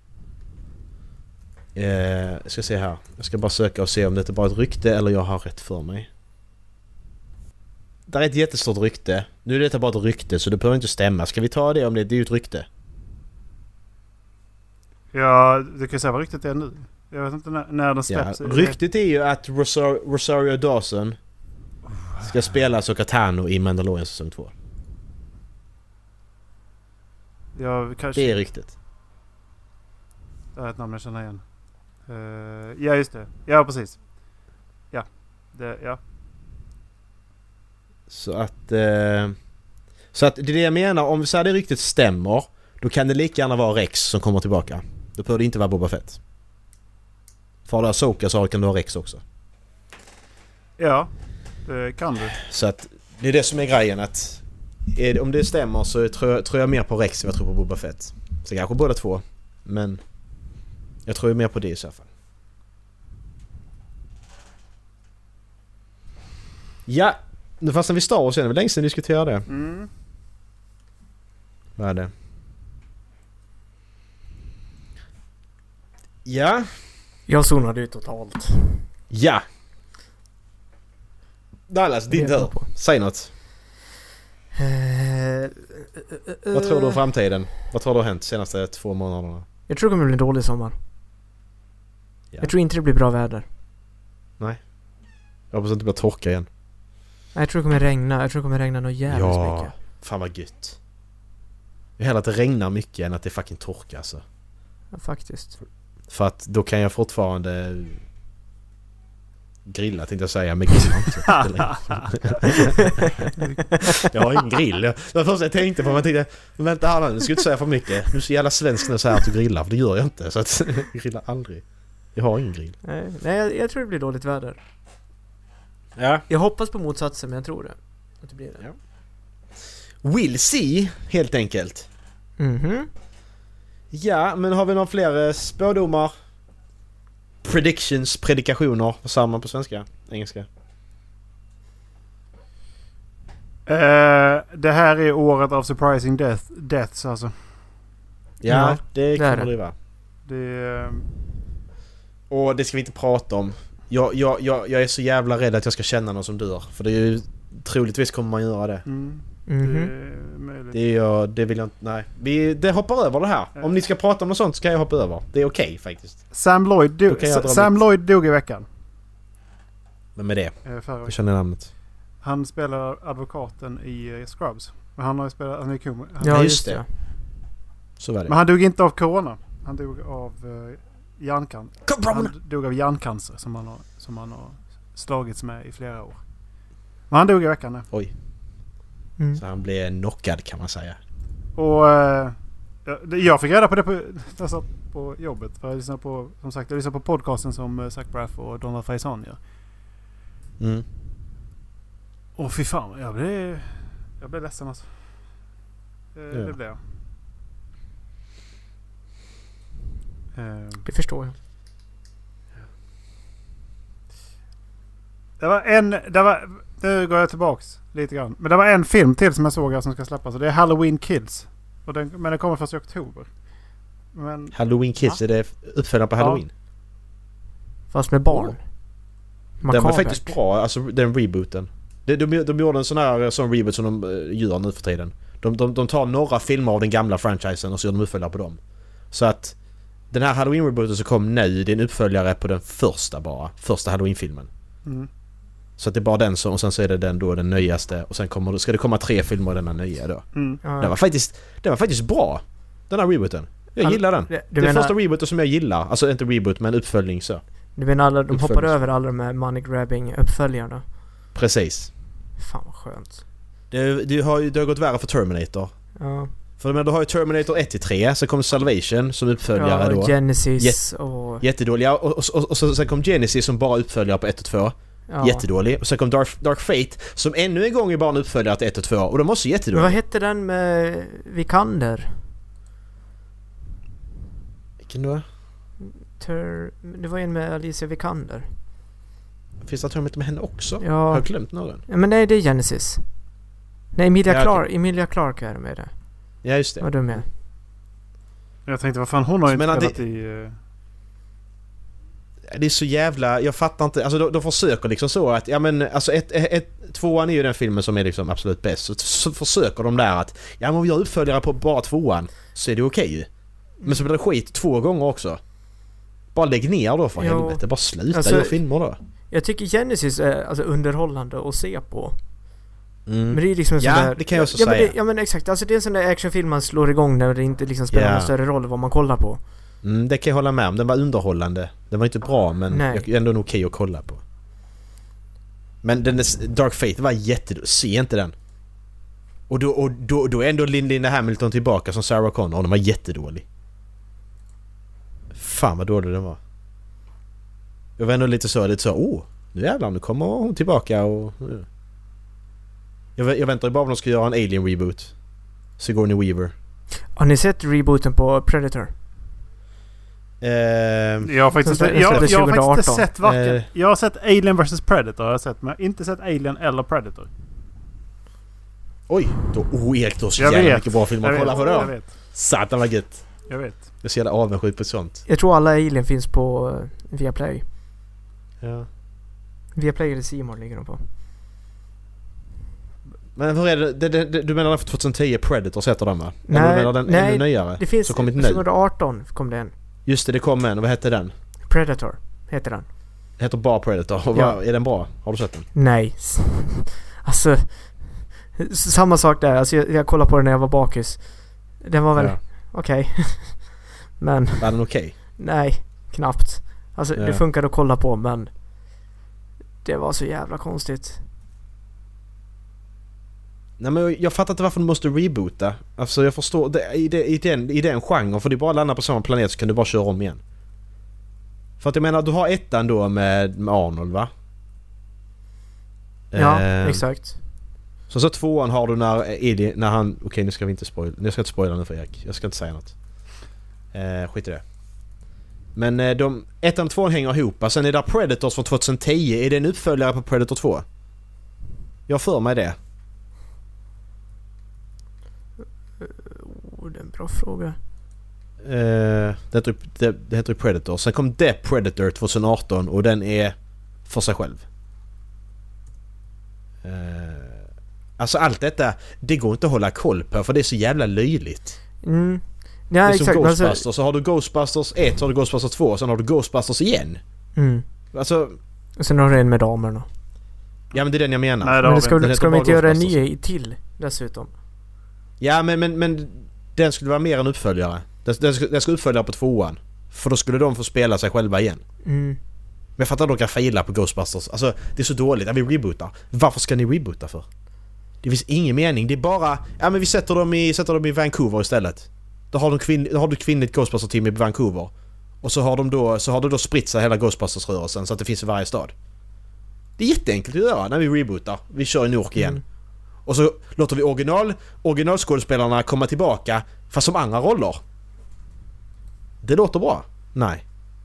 Jag ska se här. Jag ska bara söka och se om det är bara ett rykte eller jag har rätt för mig. Det är ett jättestort rykte. Nu är det bara ett rykte så det behöver inte stämma. Ska vi ta det om det är ju ett rykte? Ja, du kan säga vad ryktet är nu. Jag vet inte när den släpps. Ja, ryktet är ju att Rosario Dawson ska spela Ahsoka i Mandalorian säsong 2. Ja, kanske... Det är ryktet. Det är ett namn jag känner igen. Ja, just det. Ja, precis. Ja. Ja. Så att det är det jag menar. Om så här det ryktet stämmer, då kan det lika gärna vara Rex som kommer tillbaka. Då behöver det inte vara Boba Fett. För det Ahsoka så kan du ha Rex också. Ja, det kan du. Så att det är det som är grejen, att om det stämmer så tror jag mer på Rex än jag tror på Boba Fett. Så kanske båda två, men jag tror mer på det i så fall. Ja, nu fastnar vi Star Wars igen. Det var länge sedan vi diskuterade det. Vad är det? Ja, Jag zonade ut totalt. Ja. Dallas, din tur. Säg något. Vad tror du om framtiden? Vad tror du har hänt de senaste 2 månaderna? Jag tror det kommer bli en dålig sommar. Ja. Jag tror inte det blir bra väder. Nej. Jag hoppas inte blir torka igen. Nej, jag tror det kommer regna. Jag tror det kommer regna något jävligt mycket. Fan vad gött. Jag hellre att det regnar mycket än att det fucking torkar alltså. Ja, faktiskt. För att då kan jag fortfarande grilla, tänkte jag säga, med grillan. Jag har ingen grill. Det var först jag tänkte på, man tänkte, vänta här nu, ska inte säga för mycket. Du är så jävla svensk när jag säger att du grillar, för det gör jag inte. Så att jag grillar aldrig. Jag har ingen grill. Nej, jag tror det blir dåligt väder. Ja. Jag hoppas på motsatsen, men jag tror det. Att det blir det. Ja. We'll see, helt enkelt. Ja, men har vi några fler spådomar? Predictions, predikationer, vad sa man på svenska? Engelska? Det här är året av surprising deaths alltså. Ja, det kommer det vara. Och det ska vi inte prata om. Jag är så jävla rädd att jag ska känna någon som dör. För det är ju, troligtvis kommer man göra det. Det vill jag inte. Nej. Det hoppar över det här. Om ni ska prata om något sånt så kan jag hoppa över. Det är okej faktiskt. Sam Lloyd dog i veckan. Vem är det? Jag känner namnet. Han spelar advokaten i Scrubs. Men han har ju spelat... Han är kung. Ja, just det. Så var det. Men han dog inte av corona. Han dog av hjärncancer. Han dog av hjärncancer som han har slagits med i flera år. Men han dog i veckan nu. Oj. Så han blev knockad kan man säga. Och jag fick reda på det på jobbet. För jag lyssnade på podcasten som Zach Braff och Donald Faison gör. Och fy fan, jag blev ledsen alltså. Det blev jag. Det förstår jag. Nu går jag tillbaks lite grann. Men det var en film till som jag såg här som ska släppas. Och det är Halloween Kills. Men den kommer först i oktober. Halloween Kills, är det uppföljare på Halloween? Fast med barn. Den var faktiskt bra, alltså den rebooten. De gjorde en sån reboot som de gör nu för tiden. De tar några filmer av den gamla franchisen och så gör de uppföljare på dem. Så att den här Halloween-rebooten som kom nu, det är en uppföljare på den första Halloween-filmen. Så att det är bara den som, och sen så är det den nyaste, och sen ska det komma 3 filmer av denna nya då. Den var faktiskt bra, den här rebooten. Jag gillar den. Det är första rebooten som jag gillar. Alltså inte reboot, men uppföljning så. Du menar de hoppar över alla de här money grabbing uppföljarna? Precis. Fan vad skönt. Det har gått värre för Terminator. Ja. För du har ju Terminator 1-3, så kom Salvation som uppföljare då. Genesis jättedåliga. Och sen kom Genesis som bara uppföljare på 1 och 2. Ja. Jättedålig. Och sen kom Dark Fate som ännu en gång är bara en uppföljare till 1 och 2. Och de också jättedåliga. Men vad hette den med Vikander? Vilken då? Det var en med Alicia Vikander. Finns det Terminator med henne också? Ja. Har jag glömt någon? Ja, men nej, det är Genesis. Nej, Emilia Clarke är med det. Ja, just det. Vad du med? Jag tänkte, vad fan, hon har ju inte spelat i... Det är så jävla... Jag fattar inte... Alltså de försöker liksom så att... Ja men alltså tvåan är ju den filmen som är liksom absolut bäst. Så försöker de där att... Ja men om vi gör uppföljare på bara tvåan så är det okej. Men så blir det skit 2 gånger också. Bara lägg ner då för helvete. Bara sluta göra filmer då. Jag tycker Genesis är alltså underhållande att se på. Men det är liksom en sån där... det kan jag också säga. Men exakt. Alltså det är en sån där actionfilm man slår igång när det inte liksom spelar någon större roll vad man kollar på. Det kan jag hålla med om. Den var underhållande. Den var inte bra, men ändå okej att kolla på. Men Dark Fate var jättedålig. Se inte den. Och då är ändå Linda Hamilton tillbaka som Sarah Connor. Den var jättedålig. Fan vad dålig den var. Jag var ändå lite så, nu jävlar, nu kommer hon tillbaka och... Jag väntar bara om de ska göra en Alien-reboot. Sigourney Weaver. Har ni sett rebooten på Predator? Jag har faktiskt inte sett varken. Jag har sett Alien vs Predator, jag har sett, men inte sett Alien eller Predator. Oj, då Erik, då så jävla mycket bra filmer att kolla på då. Satan vad gött. Jag vet. Jag ser det avundsjuk på sånt. Jag tror alla Alien finns på Viaplay. Ja. Viaplay eller C More ligger de på. Men hur är det du menar den för 2010 Predator heter den va? Nej, eller du menar den ännu nyare? Det finns så kommit nu. 2018 kom den. Just det kom en. Och vad hette den? Predator heter den. Heter bara Predator. Och är den bra? Har du sett den? Nej. Alltså samma sak där. Alltså jag kollade på den när jag var bakis. Den var väl okej. Men var den okej? Nej, knappt. Alltså det funkade att kolla på, men det var så jävla konstigt. Nej men jag fattar inte varför du måste reboota. Alltså jag förstår i den genren, för det är bara att landa på samma planet så kan du bara köra om igen. För att jag menar, du har ettan då med Arnold va? Ja, exakt. Så tvåan har du när han... Okej, nu ska vi inte spoila. Jag ska inte spoila nu för Erik. Jag ska inte säga något. Skit i det. Men ettan och tvåan hänger ihop. Sen är det Predators från 2010. Är det en uppföljare på Predator 2? Jag för mig det. Det är en bra fråga. Det heter ju Predator. Sen kom The Predator 2018 och den är för sig själv. Alltså allt detta, det går inte att hålla koll på för det är så jävla löjligt. Ja, det är exakt. som Ghostbusters, så har du Ghostbusters 1, så har du Ghostbusters 2 och sen har du Ghostbusters igen. Alltså... Och sen har du en med damerna. Ja men det är den jag menar. Nej, men ska de inte göra en ny till dessutom? Ja men den skulle vara mer en uppföljare. Den skulle uppfölja på tvåan. För då skulle de få spela sig själva igen. Men jag fattar att de kan fejla på Ghostbusters. Alltså det är så dåligt att vi rebootar. Varför ska ni reboota för? Det finns ingen mening. Det är bara... Ja men vi sätter dem i Vancouver istället. Då har du kvinnligt Ghostbusters-team i Vancouver. Och så har du då spritt sig hela Ghostbusters-rörelsen så att det finns i varje stad. Det är jätteenkelt att göra när vi rebootar. Vi kör i Newark igen. Och så låter vi originalskådespelarna komma tillbaka fast som andra roller. Det låter bra. Nej.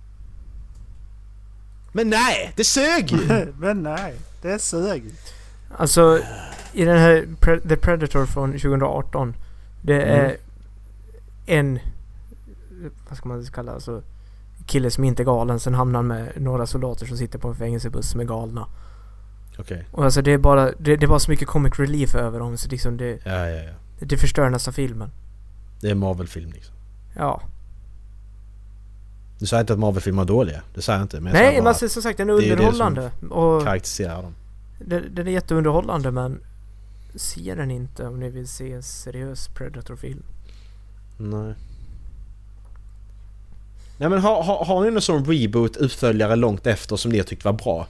Men nej, det sög! Men nej, det sög. Alltså, i den här The Predator från 2018, det är en, vad ska man kalla, alltså kille som inte är galen, sen hamnar han med några soldater som sitter på en fängelsebuss som är galna. Okej. Och alltså det är bara så mycket comic relief över dem så liksom det det förstör nästan filmen. Det är Marvel-film liksom. Ja. Du säger inte att Marvel-filmer är dåliga. Det säger jag inte. Men nej, men som sagt den är underhållande. Och karaktäriserar dem. Den är jätteunderhållande, men se den inte om ni vill se en seriös Predator-film. Nej. Nej men har ni någon sån reboot uppföljare långt efter som ni tyckte var bra?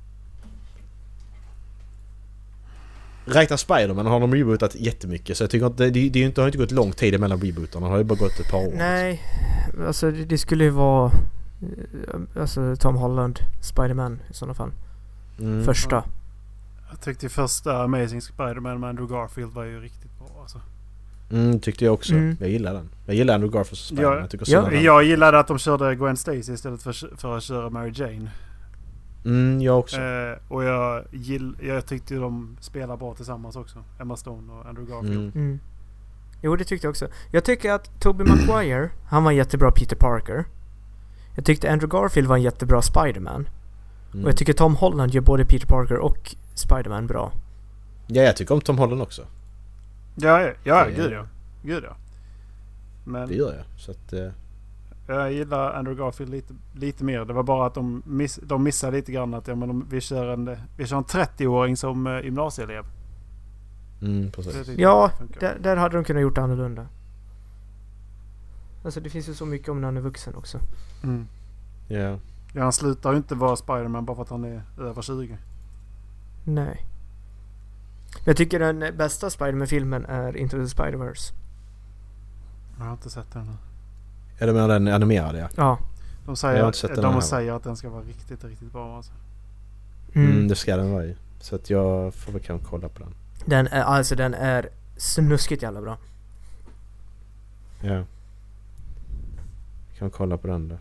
Räknar Spider-Man har de rebootat jättemycket, så jag tycker att det har inte gått lång tid mellan rebootarna. Det har ju bara gått ett par år. Nej, alltså det skulle ju vara alltså Tom Holland Spider-Man i sådana fall. Första. Jag tyckte första Amazing Spider-Man med Andrew Garfield var ju riktigt bra alltså. Tyckte jag också. Jag gillar den. Jag gillar Andrew Garfield som Spider-Man. Jag gillade att de körde Gwen Stacy istället för att köra Mary Jane. Jag också. Och jag tyckte de spelar bra tillsammans också. Emma Stone och Andrew Garfield. Jo, det tyckte jag också. Jag tycker att Tobey Maguire, han var en jättebra Peter Parker. Jag tyckte Andrew Garfield var en jättebra Spider-Man. Och jag tycker Tom Holland gör både Peter Parker och Spider-Man bra. Ja, jag tycker om Tom Holland också. Gud ja. Men det gör jag. Så att... Jag gillar Andrew Garfield lite mer. Det var bara att de missade lite grann att vi kör en 30-åring som gymnasieelev. Precis. Ja, där hade de kunnat gjort annorlunda. Alltså det finns ju så mycket om när han är vuxen också. Ja, han slutar ju inte vara Spider-Man bara för att han är över 20. Nej. Jag tycker den bästa Spider-Man-filmen är Into the Spider-Verse. Jag har inte sett den än. Är det med den animerade? Ja. De säger att den ska vara riktigt, riktigt bra alltså. Det ska den vara ju. Så att jag får väl kanske kolla på den. Den är snuskigt jävla bra. Ja. Jag kan kolla på den då.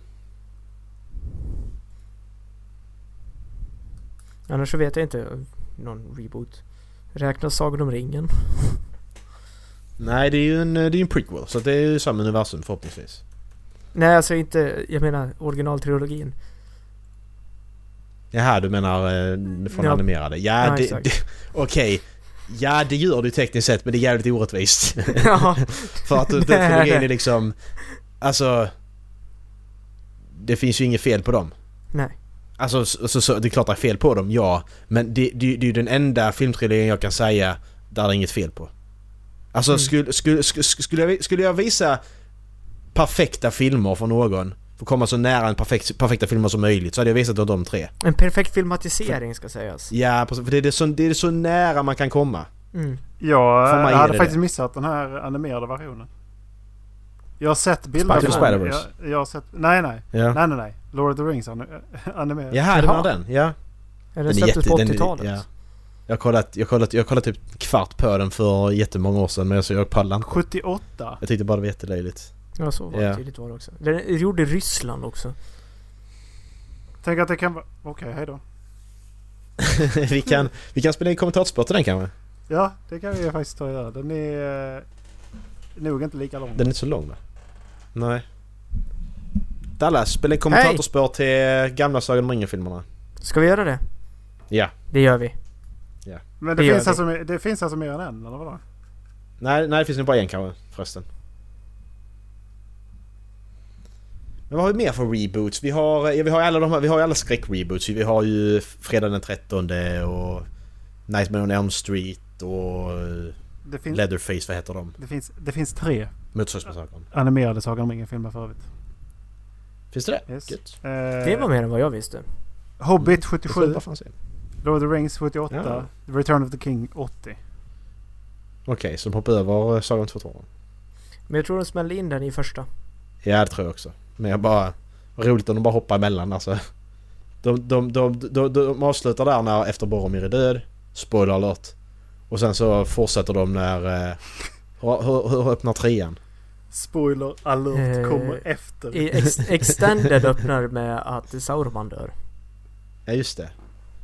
Annars så vet jag inte någon reboot. Räknas Sagan om ringen? Nej, det är ju en prequel. Så det är ju samma universum förhoppningsvis. Nej, alltså inte... Jag menar originaltrilogin. Jaha, du menar från animerade. Ja, okej. Ja, det gör det tekniskt sett, men det är jävligt orättvist. Ja. För att den trilogin är liksom... Alltså... Det finns ju inget fel på dem. Nej. Alltså, så det är klart att det är fel på dem, ja. Men det är ju den enda filmtrilogin jag kan säga där det är inget fel på. Alltså, skulle jag visa perfekta filmer för någon, för att komma så nära en perfekta filmer som möjligt, så hade jag visat de 3. En perfekt filmatisering ska sägas. Ja, för det är så nära man kan komma. Jag hade faktiskt missat den här animerade versionen. Jag har sett bilder på Spider-Verse. Jag har sett... Nej. Ja. Nej. Lord of the Rings animerad. Jaha, det var den. Ja. Den släpptes på 80-talet. Ja. Jag kollade typ kvart på den för jättemånga år sedan, men jag pallade inte. 78. Jag tyckte bara det var jättelöjligt. Ja, så var det tydligt var det också. Den gjorde Ryssland också. Tänk att det kan vara... Okej, hej då. vi kan spela in kommentatorsport till den kanske. Ja, det kan vi faktiskt ta och göra. Den är nog inte lika lång. Den är inte så lång, va? Nej. Dallas, spela in kommentatorspår till gamla Sagan om ringen-filmerna. Ska vi göra det? Ja. Det gör vi. Ja. Men det finns alltså mer än en, eller vadå? Nej, det finns nog bara en kanske, förresten. Men vad har vi mer för reboots? Vi har alla skräck-reboots. Vi har ju Fredag den 13:e och Nightmare on Elm Street och Leatherface, vad heter de? Det finns 3 Motorsågsmassakern. animerade Sagan om ringen-filmer förut. Finns det? Yes. Det var mer än vad jag visste. Hobbit 77, Lord of the Rings 78, The Return of the King 80. Okej, så de hoppar över Sagan om 2 år. Men jag tror de smällde in den i första. Ja, det tror jag också. Men jag bara... Roligt om de bara hoppar emellan, alltså. De avslutar där när efter Boromir är död. Spoiler alert. Och sen så fortsätter de när... Hur öppnar 3:an? Spoiler alert kommer efter. Extended öppnar med att Sauron dör. Ja, just det.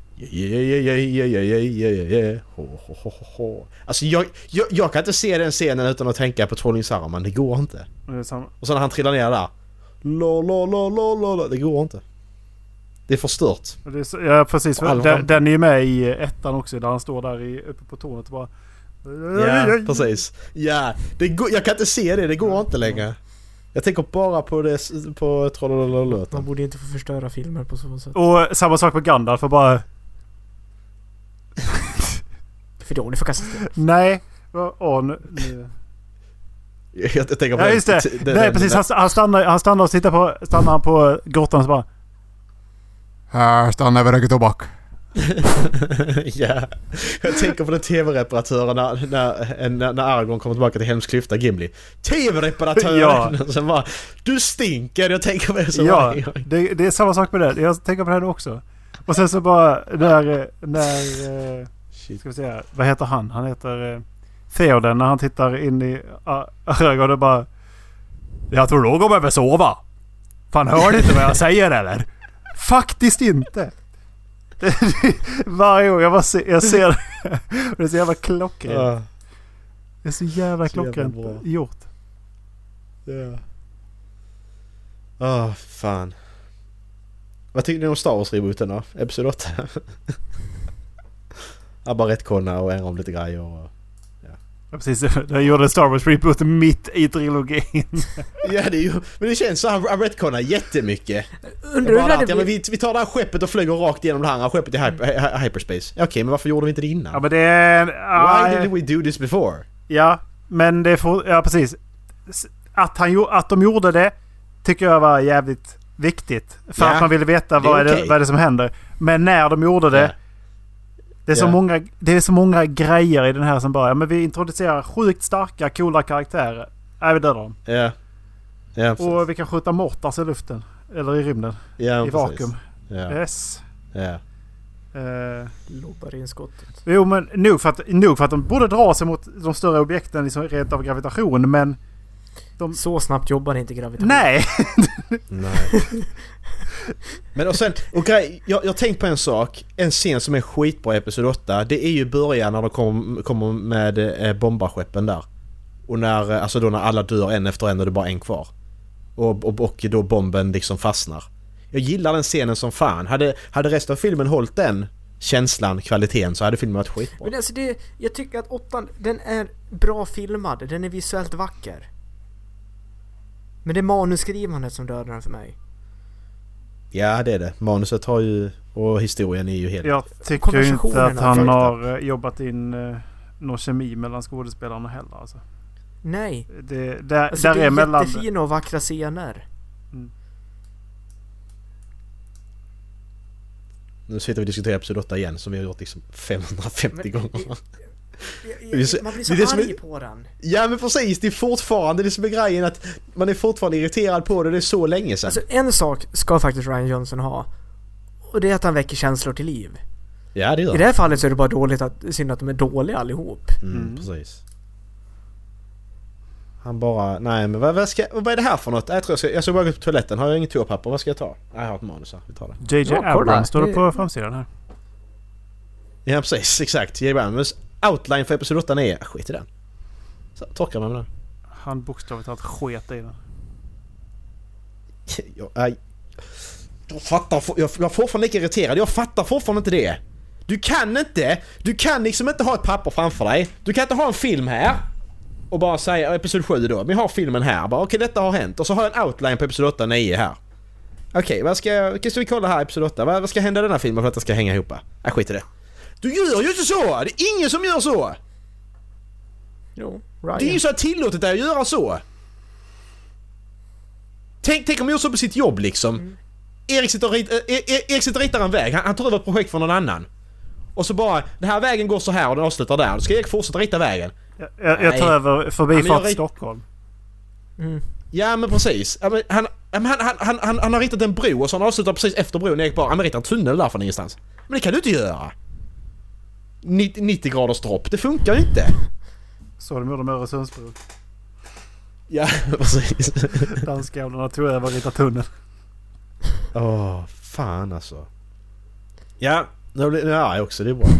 Alltså jag kan inte se den scenen utan att tänka på Trollning Saruman. Det går inte. Och så när han trillar ner där. Det går inte. Det är förstört. Ja, precis. Den är ju med i 1:an också, där han står där uppe på tornet och bara... Ja, precis. Ja, jag kan inte se det. Det går inte längre. Jag tänker bara på det på Trollolololot. Man borde inte få förstöra filmer på så sätt. Och samma sak med Gandalf, för bara... För då, det får kastas det. Nej. Nu. Jag tänker på just det. Nej, precis. Han stannar och stannar på grottan och så bara... Här stannar vi röker tobak. Ja. Jag tänker på den tv-reparatören när Aragorn kommer tillbaka till Helms klyfta, Gimli. TV-reparatören! Ja. Sen bara, du stinker! Jag tänker på det så. Ja, det är samma sak med det. Jag tänker på det också. Och sen så bara när ska vi säga, vad heter han? Han heter Theoden, när han tittar in i Aragorn och bara... Jag tror då kommer jag väl sova. Fan, hör ni inte vad jag säger eller? Faktiskt inte. Varje gång jag ser det. Det är så jävla klockrent. Det är så jävla klockrent gjort. Ja. Fan. Vad tycker ni om Star Wars-rebooten då? Episod 8? Jag bara rättkonna och ändra om lite grejer och... Ja, precis. Jag gjorde Star Wars reboot mitt i trilogin. Ja, men det känns så. Han retconar jättemycket. Vi tar det här skeppet och flyger rakt igenom det här skeppet i hyperspace. Okej, men varför gjorde vi inte det innan? Ja, men det är... Why did we do this before? Ja, men det får... Ja, precis. Att de gjorde det tycker jag var jävligt viktigt. För att man ville veta vad är det som händer. Men när de gjorde det... Det är så många grejer i den här som bara... men vi introducerar sjukt starka, coola karaktärer. Vi dödar dem. Ja, och vi kan skjuta mortars i luften. Eller i rymden. Ja, i vakuum. Ja. Yes. Ja. Loppar in skottet. Jo, men nog för att de borde dra sig mot de större objekten liksom rent av gravitation, men... Så snabbt jobbar inte gravitation. Nej! Men och sen, jag har tänkt på en sak. En scen som är skitbra i episod 8. Det är ju början när de kommer med bombarskeppen där. Och när alla dör en efter en och det är bara en kvar. Och då bomben liksom fastnar. Jag gillar den scenen som fan. Hade resten av filmen hållit den känslan, kvaliteten, så hade filmen varit skitbra. Men alltså jag tycker att 8, den är bra filmad. Den är visuellt vacker. Men det är manusskrivandet som dödar den för mig. Ja, det är det. Manuset har ju... Och historien är ju helt... Jag tycker ju inte att han har jobbat in någon kemi mellan skådespelarna heller. Alltså. Nej. Det är jättefina och vackra scener. Mm. Nu sitter vi och diskuterar episod 8 igen, som vi har gjort liksom 550 gånger. Man blir så arg på den. Ja, men precis. Det är fortfarande det som är grejen, att man är fortfarande irriterad på det. Det är så länge sedan. Alltså en sak ska faktiskt Rian Johnson ha. Och det är att han väcker känslor till liv. Ja, det gör. I det här fallet så är det bara dåligt synd att de är dåliga allihop. Precis. Han bara... Nej, men vad är det här för något? Jag ska bara gå på toaletten. Har jag inget toapapper? Vad ska jag ta? Jag har ett manus här. Vi tar det. J.J. Abrams står det på framsidan här. Ja, precis. Exakt. J.J. Abrams outline för episod 8 är... Skit i den. Så, torkar man med den. Han bokstavligt talat sket i den. Jag fattar... Jag fortfarande inte irriterad. Jag fattar fortfarande inte det. Du kan liksom inte ha ett papper framför dig. Du kan inte ha en film här och bara säga episod 7 då. Vi har filmen här. Bara okej, detta har hänt. Och så har jag en outline på episod 8 och 9 här. Okej, vad ska vi kolla här episod 8? Vad ska hända i den här filmen för att det ska hänga ihop? Skit i det. Du gör ju inte så! Det är ingen som gör så! Jo, Ryan. Det är ju så tillåtet att göra så. Tänk om jag gör så på sitt jobb liksom. Erik sitter och ritar en väg. Han tar över ett projekt från någon annan. Och så bara, den här vägen går så här och den avslutar där. Då ska Erik fortsätta rita vägen. Jag tar över förbifart Stockholm. Ja, men precis. Han har ritat en bro och så han avslutar precis efter bron. Erik bara, han ritar en tunnel där från ingenstans. Men det kan du inte göra. 90 graders dropp, det funkar ju inte. Så de gjorde med Öresundsbron. Ja, precis. Danskävlarna tog över och ritar tunnel. Fan alltså. Ja, nu blir jag arg också, det är bra.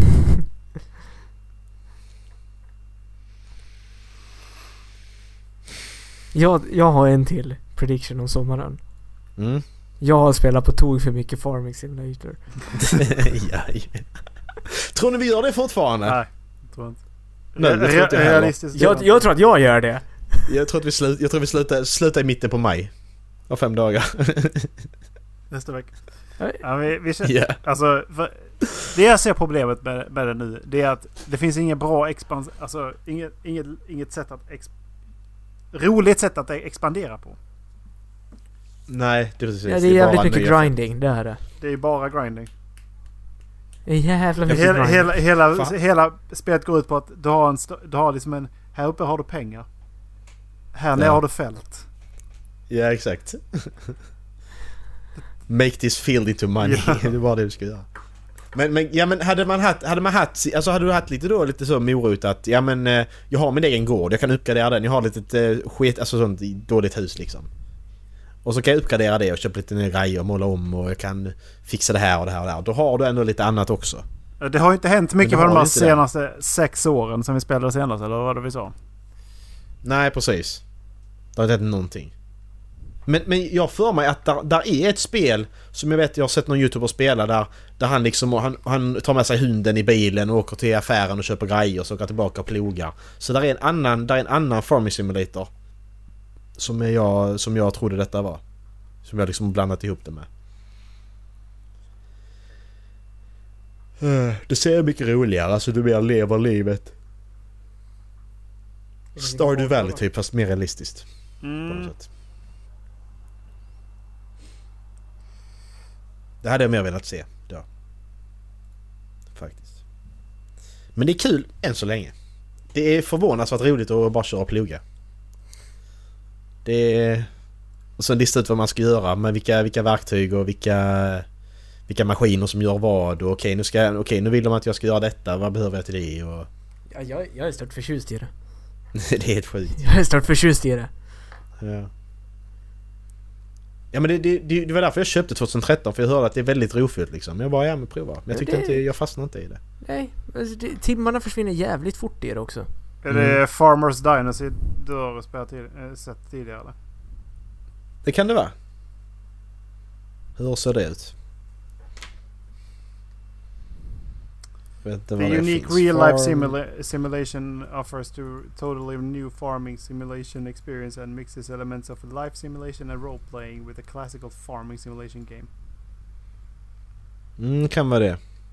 Jag har en till prediction om sommaren. Jag har spelat på tog för mycket Farming Simulator. Ja. Tror ni vi gör det fortfarande? Nej, jag tror inte. Jag tror att jag gör det. Jag tror vi slutar i mitten på maj. Av 5 dagar. Nästa vecka. Ja, vi känner, alltså, det jag ser problemet med det nu, det är att det finns inget bra alltså inget sätt att roligt sätt att expandera på. Nej, det är precis. Det är jävligt mycket grinding, det är det. Det är bara grinding. Jävla mycket grinding. Hela spelet går ut på att du har liksom en... Här uppe har du pengar. Här nere har du fält. Ja, exakt. Make this field into money. Ja. Det var det du skulle göra. Men hade du haft lite så morot att jag har min egen gård, jag kan uppgradera den, jag har lite skit, alltså sånt dåligt hus liksom. Och så kan jag uppgradera det och köpa lite nya grejer och måla om och jag kan fixa det här och det här och det här. Då har du ändå lite annat också. Det har ju inte hänt mycket på de här senaste 6 åren som vi spelade senast, eller vad det vi sa? Nej, precis. Det har inte hänt någonting. Men jag för mig att där är ett spel som jag har sett någon YouTuber spela där han liksom han tar med sig hunden i bilen och åker till affären och köper grejer och så åker tillbaka och plogar. Så där är en annan Farming Simulator som jag trodde detta var. Som jag liksom blandat ihop det med. Det ser mycket roligare, alltså du mer lever livet. Stardew Valley typ, fast mer realistiskt. På något sätt. Det hade jag mer velat se då. Faktiskt. Men det är kul än så länge. Det är förvånansvärt roligt att bara köra och ploga. Det är... Och sen lista ut vad man ska göra med vilka verktyg och vilka maskiner som gör vad. Och nu vill de att jag ska göra detta. Vad behöver jag till det? Och... Ja, jag är stört förtjust i det. Det är helt sjukt. Jag är stört förtjust i det. Ja. Ja, men det var därför jag köpte 2013, för jag hörde att det är väldigt rofyllt liksom. Jag bara, prova. Men jag tyckte inte, jag fastnade inte i det. Nej, alltså timmarna försvinner jävligt fort i det också. Är det Farmers Dynasty du har sett tidigare eller? Det kan det vara. Hur ser det ut? The unique real-life simulation offers to totally new farming simulation experience and mixes elements of life simulation and role-playing with a classical farming simulation game. Kan vara det.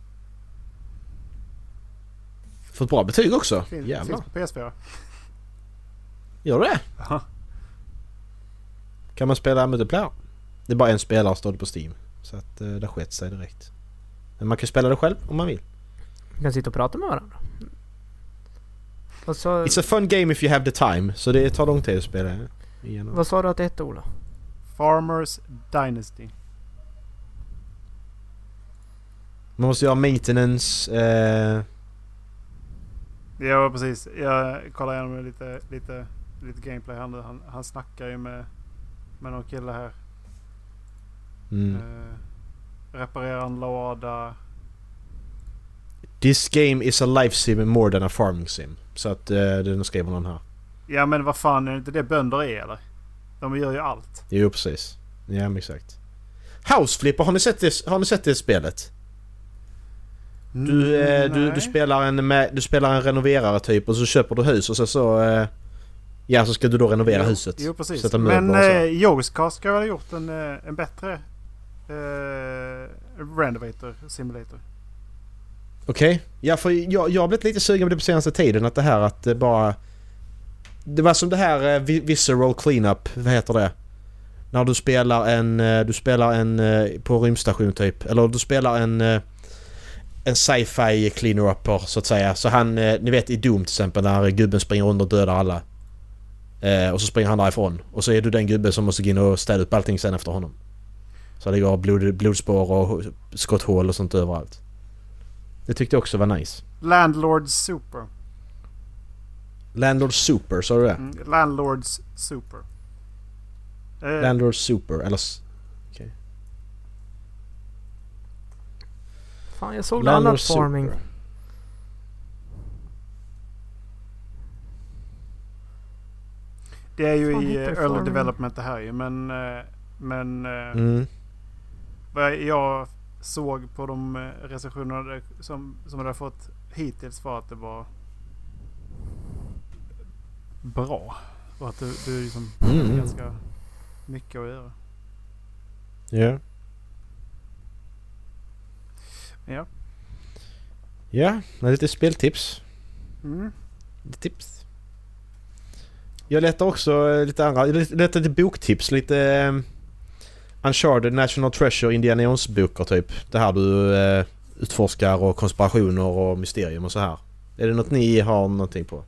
Fått bra betyg också. Finns på PS4. Gör det? Aha. Kan man spela multiplayer? Det är bara en spelare står det på Steam. Så att det skett sig direkt. Men man kan spela det själv om man vill. Man kan sitta och prata med varandra. It's a fun game if you have the time. Så det tar lång tid att spela igenom. Vad sa du att det hette, Ola? Farmers Dynasty. Man måste göra maintenance. Ja, precis. Jag kollar igenom lite gameplay. Han snackar ju med någon kille här. Reparerar en låda. This game is a life sim more than a farming sim. Så att den skriver någon här. Ja, men vad fan, är det inte det bönder är eller? De gör ju allt. Jo, precis. Ja, men exakt. House Flipper, har ni sett det spelet? Du spelar en renoverare typ och så köper du hus och så så ska du då renovera huset. Jo, precis. Men Yogscast ska väl ha gjort en bättre Renovator Simulator. Okej. Ja, för jag har blivit lite sugen på det på senaste tiden att det här att det bara... Det var som det här Visceral Cleanup, vad heter det? När du spelar en på rymdstation typ. Eller du spelar en sci-fi cleaner-upper så att säga. Så han, ni vet i Doom till exempel när gubben springer runt och dödar alla. Och så springer han därifrån. Och så är du den gubben som måste gå in och städa upp allting sen efter honom. Så det går blodspår och skotthål och sånt överallt. Det tyckte jag också var nice. Landlords Super, sa du det? Landlords Super. Landlords Super, eller... Okej. Fan, jag såg något annat farming. Det är ju i early development det här ju, men vad jag såg på de recensionerna som jag har fått hittills var att det var bra och att det är liksom ganska mycket att göra. Ja. Ja. Ja, lite speltips. Lite tips. Jag letar också lite andra. Jag letar lite boktips. Lite Uncharted, National Treasure, Indiana Jones böcker typ. Det här du utforskar och konspirationer och mysterium och så här. Är det något ni har någonting på?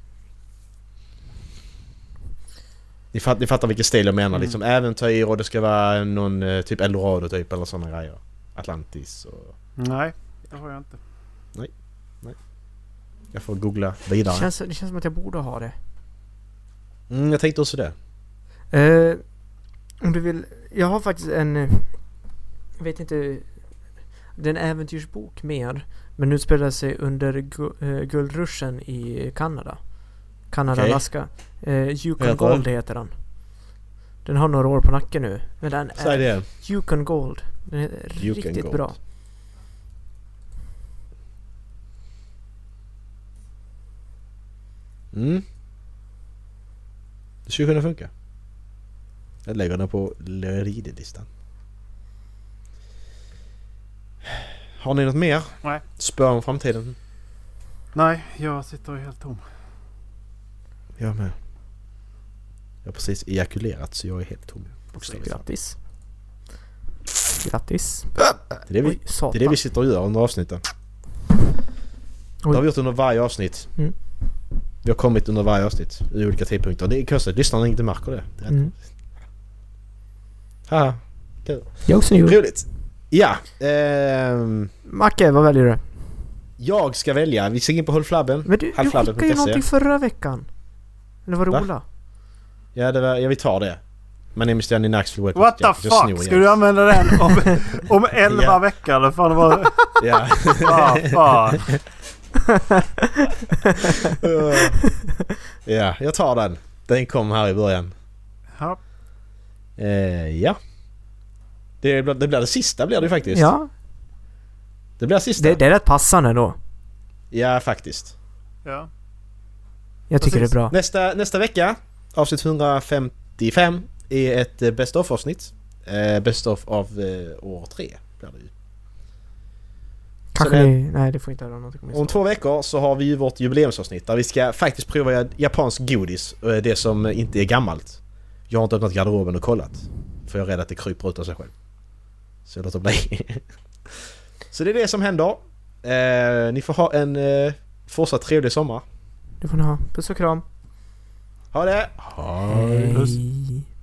Ni fattar vilken stil jag menar. Liksom äventyr och det ska vara någon typ Eldorado typ eller sådana grejer. Atlantis och... Nej, det har jag inte. Nej. Jag får googla vidare. Det känns som att jag borde ha det. Jag tänkte också det. Om du vill... Jag har faktiskt en... Jag vet inte... Det är en äventyrsbok mer. Men nu spelar sig under guldruschen i Kanada. Alaska. Yukon Gold heter den. Den har några år på nacken nu. Men den är Yukon Gold. Den är riktigt Gold. Bra. Det skulle kunna funka. Jag lägger den på ridelistan. Har ni något mer? Nej. Spör om framtiden? Nej, jag sitter helt tom. Jag med. Jag har precis ejakulerat så jag är helt tom. Grattis. Det är det vi sitter och gör under avsnitten. Det har vi gjort under varje avsnitt. Vi har kommit under varje avsnitt i olika tidpunkter. Det är konstigt. Lyssnarna inte märker det. Haha. Roligt. Ja. Macke, vad väljer du? Jag ska välja. Vi ser in på Hållflabben. Men du skickade ju någonting förra veckan. Eller var det Ola? Ja, vi tar det. Men är Mr. Knoxville. What the fuck? Ska du använda den om 11 veckor? Eller fan det var... Ja. Fan. Ja, jag tar den. Den kom här i början. Ja. Ja. Det blir det sista blir det faktiskt. Ja. Det blir det sista. Det är rätt passande då. Ja, faktiskt. Ja. Jag tycker Precis. det är bra. Nästa vecka, avsnitt 155, är ett best of-avsnitt. Best of av år 3 blir det ju. Kanske nej, det får inte höra något. Om 2 veckor så har vi ju vårt jubileumsavsnitt där vi ska faktiskt prova japansk godis. Det som inte är gammalt. Jag har inte öppnat garderoben och kollat. För jag är rädd att det kryper ut av sig själv. Så jag låter bli. Så det är det som händer. Ni får ha en fortsatt trevlig sommar. Det får ni ha. Puss och kram. Ha det! Hej.